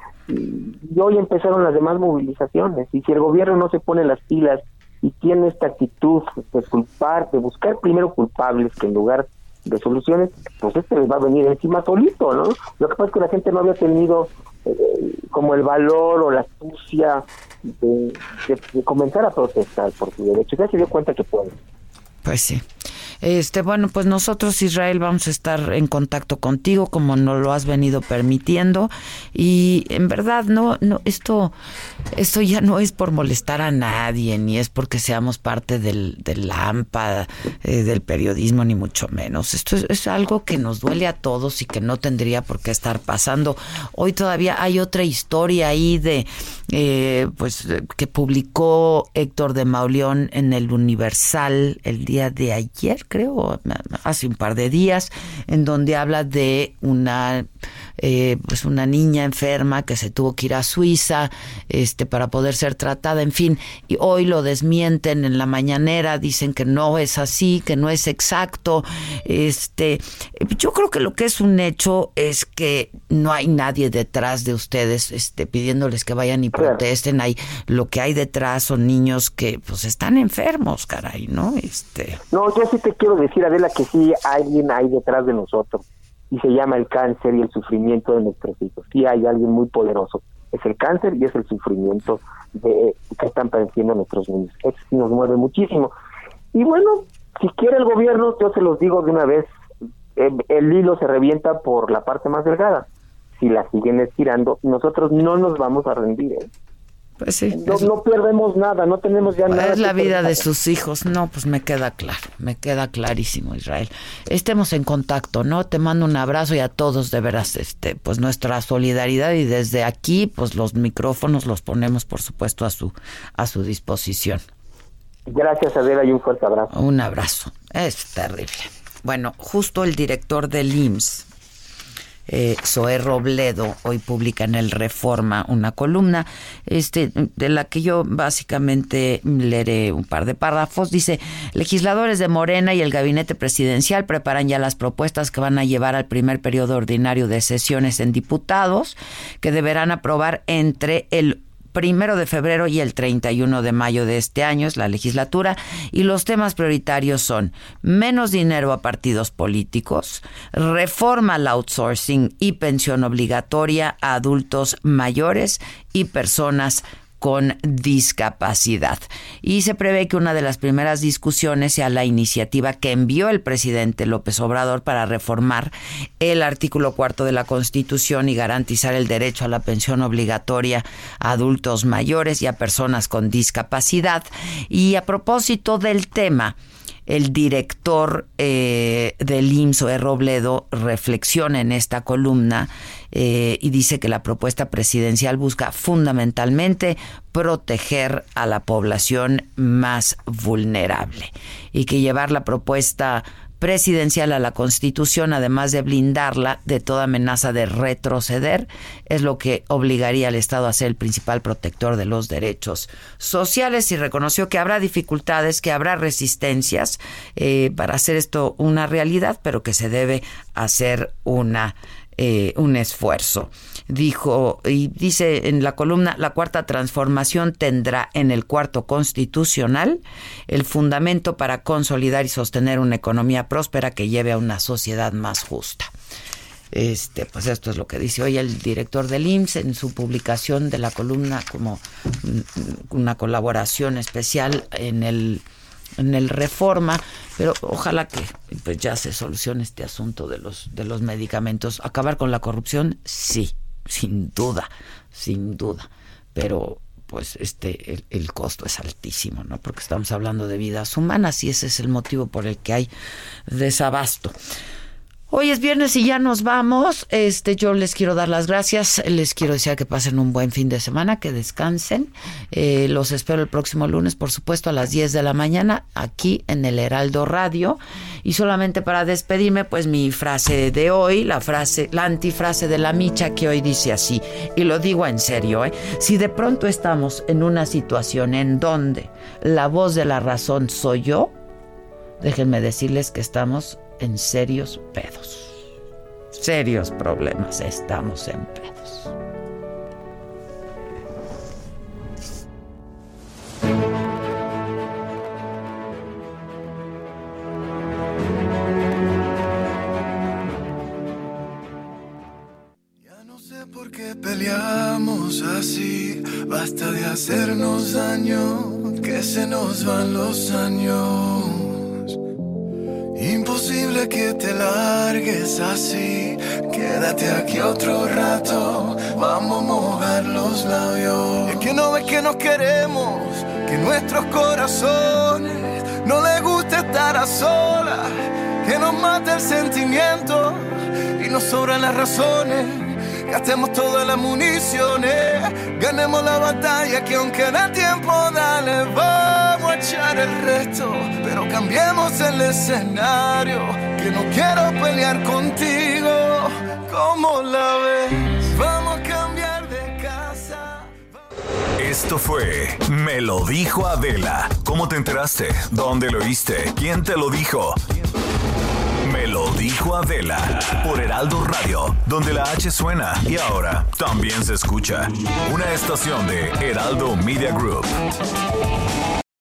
y, y hoy empezaron las demás movilizaciones y si el gobierno no se pone las pilas y tiene esta actitud de culpar, de buscar primero culpables que en lugar de soluciones, pues este les va a venir encima solito, ¿no? Lo que pasa es que la gente no había tenido eh, como el valor o la astucia de, de, de comenzar a protestar por su derecho, ya se dio cuenta que puede.
Pues sí. Este, bueno, pues nosotros, Israel, vamos a estar en contacto contigo como nos lo has venido permitiendo y en verdad no, no, esto, esto ya no es por molestar a nadie ni es porque seamos parte del, del AMPA, eh, del periodismo ni mucho menos. Esto es, es algo que nos duele a todos y que no tendría por qué estar pasando. Hoy todavía hay otra historia ahí de, eh, pues, que publicó Héctor de Mauleón en el Universal el día de ayer, creo, hace un par de días, en donde habla de una eh, pues una niña enferma que se tuvo que ir a Suiza este para poder ser tratada, en fin, y hoy lo desmienten en la mañanera, dicen que no es así, que no es exacto. Este, yo creo que lo que es un hecho es que no hay nadie detrás de ustedes este pidiéndoles que vayan y protesten. Hay, lo que hay detrás son niños que pues están enfermos, caray, ¿no? Este
No, yo sí te quiero decir, Adela, que sí alguien hay detrás de nosotros y se llama el cáncer y el sufrimiento de nuestros hijos. Sí hay alguien muy poderoso. Es el cáncer y es el sufrimiento de que están padeciendo nuestros niños. Eso sí nos mueve muchísimo. Y bueno, si quiere el gobierno, yo se los digo de una vez, el, el hilo se revienta por la parte más delgada. si la siguen estirando, nosotros no nos vamos a rendir, ¿eh?
Pues sí.
No,
es,
no perdemos nada, no tenemos ya nada.
Es la vida
perder.
de sus hijos. No, pues me queda claro, me queda clarísimo, Israel. Estemos en contacto, ¿no? Te mando un abrazo y a todos de veras, este, pues nuestra solidaridad, y desde aquí, pues los micrófonos los ponemos, por supuesto, a su, a su disposición.
Gracias, Adela, y un fuerte abrazo.
Un abrazo. Es terrible. Bueno, justo el director del I M S S, Eh, Zoé Robledo, hoy publica en el Reforma una columna este, de la que yo básicamente leeré un par de párrafos. Dice: legisladores de Morena y el gabinete presidencial preparan ya las propuestas que van a llevar al primer periodo ordinario de sesiones en diputados, que deberán aprobar entre el primero de febrero y el treinta y uno de mayo de este año, es la legislatura, y los temas prioritarios son menos dinero a partidos políticos, reforma al outsourcing y pensión obligatoria a adultos mayores y personas con discapacidad. Y se prevé que una de las primeras discusiones sea la iniciativa que envió el presidente López Obrador para reformar el artículo cuarto de la Constitución y garantizar el derecho a la pensión obligatoria a adultos mayores y a personas con discapacidad. Y a propósito del tema, el director eh, del I M S S, Zoé Robledo, reflexiona en esta columna eh, y dice que la propuesta presidencial busca fundamentalmente proteger a la población más vulnerable, y que llevar la propuesta presidencial a la Constitución, además de blindarla de toda amenaza de retroceder, es lo que obligaría al Estado a ser el principal protector de los derechos sociales, y reconoció que habrá dificultades, que habrá resistencias eh, para hacer esto una realidad, pero que se debe hacer una Eh, un esfuerzo. Dijo, y dice en la columna: la cuarta transformación tendrá en el cuarto constitucional el fundamento para consolidar y sostener una economía próspera que lleve a una sociedad más justa. Este, pues esto es lo que dice hoy el director del I M S S en su publicación de la columna, como una colaboración especial en el en el Reforma, pero ojalá que pues ya se solucione este asunto de los de los medicamentos. Acabar con la corrupción, sí, sin duda, sin duda, pero pues este el, el costo es altísimo, ¿no? Porque estamos hablando de vidas humanas y ese es el motivo por el que hay desabasto. Hoy es viernes y ya nos vamos. Este, yo les quiero dar las gracias. Les quiero desear que pasen un buen fin de semana, que descansen. Eh, los espero el próximo lunes, por supuesto, a las diez de la mañana, aquí en el Heraldo Radio. Y solamente para despedirme, pues mi frase de hoy, la frase, la antifrase de la Micha, que hoy dice así, y lo digo en serio, ¿eh? Si de pronto estamos en una situación en donde la voz de la razón soy yo, déjenme decirles que estamos en serios pedos, serios problemas, estamos en pedos.
Ya no sé por qué peleamos así, basta de hacernos daño, que se nos van los años. Imposible que te largues así, quédate aquí otro rato, vamos a mojar los labios. Es que no ves que nos queremos, que nuestros corazones no les gusta estar a solas, que nos mata el sentimiento y nos sobran las razones. Gastemos todas las municiones, ganemos la batalla que aunque da tiempo, dale, vamos a echar el resto. Pero cambiemos el escenario, que no quiero pelear contigo. ¿Cómo la ves? Vamos a cambiar de casa.
Esto fue Me lo dijo Adela. ¿Cómo te enteraste? ¿Dónde lo oíste? ¿Quién te lo dijo? Me lo dijo Adela por Heraldo Radio, donde la H suena y ahora también se escucha. Una estación de Heraldo Media Group.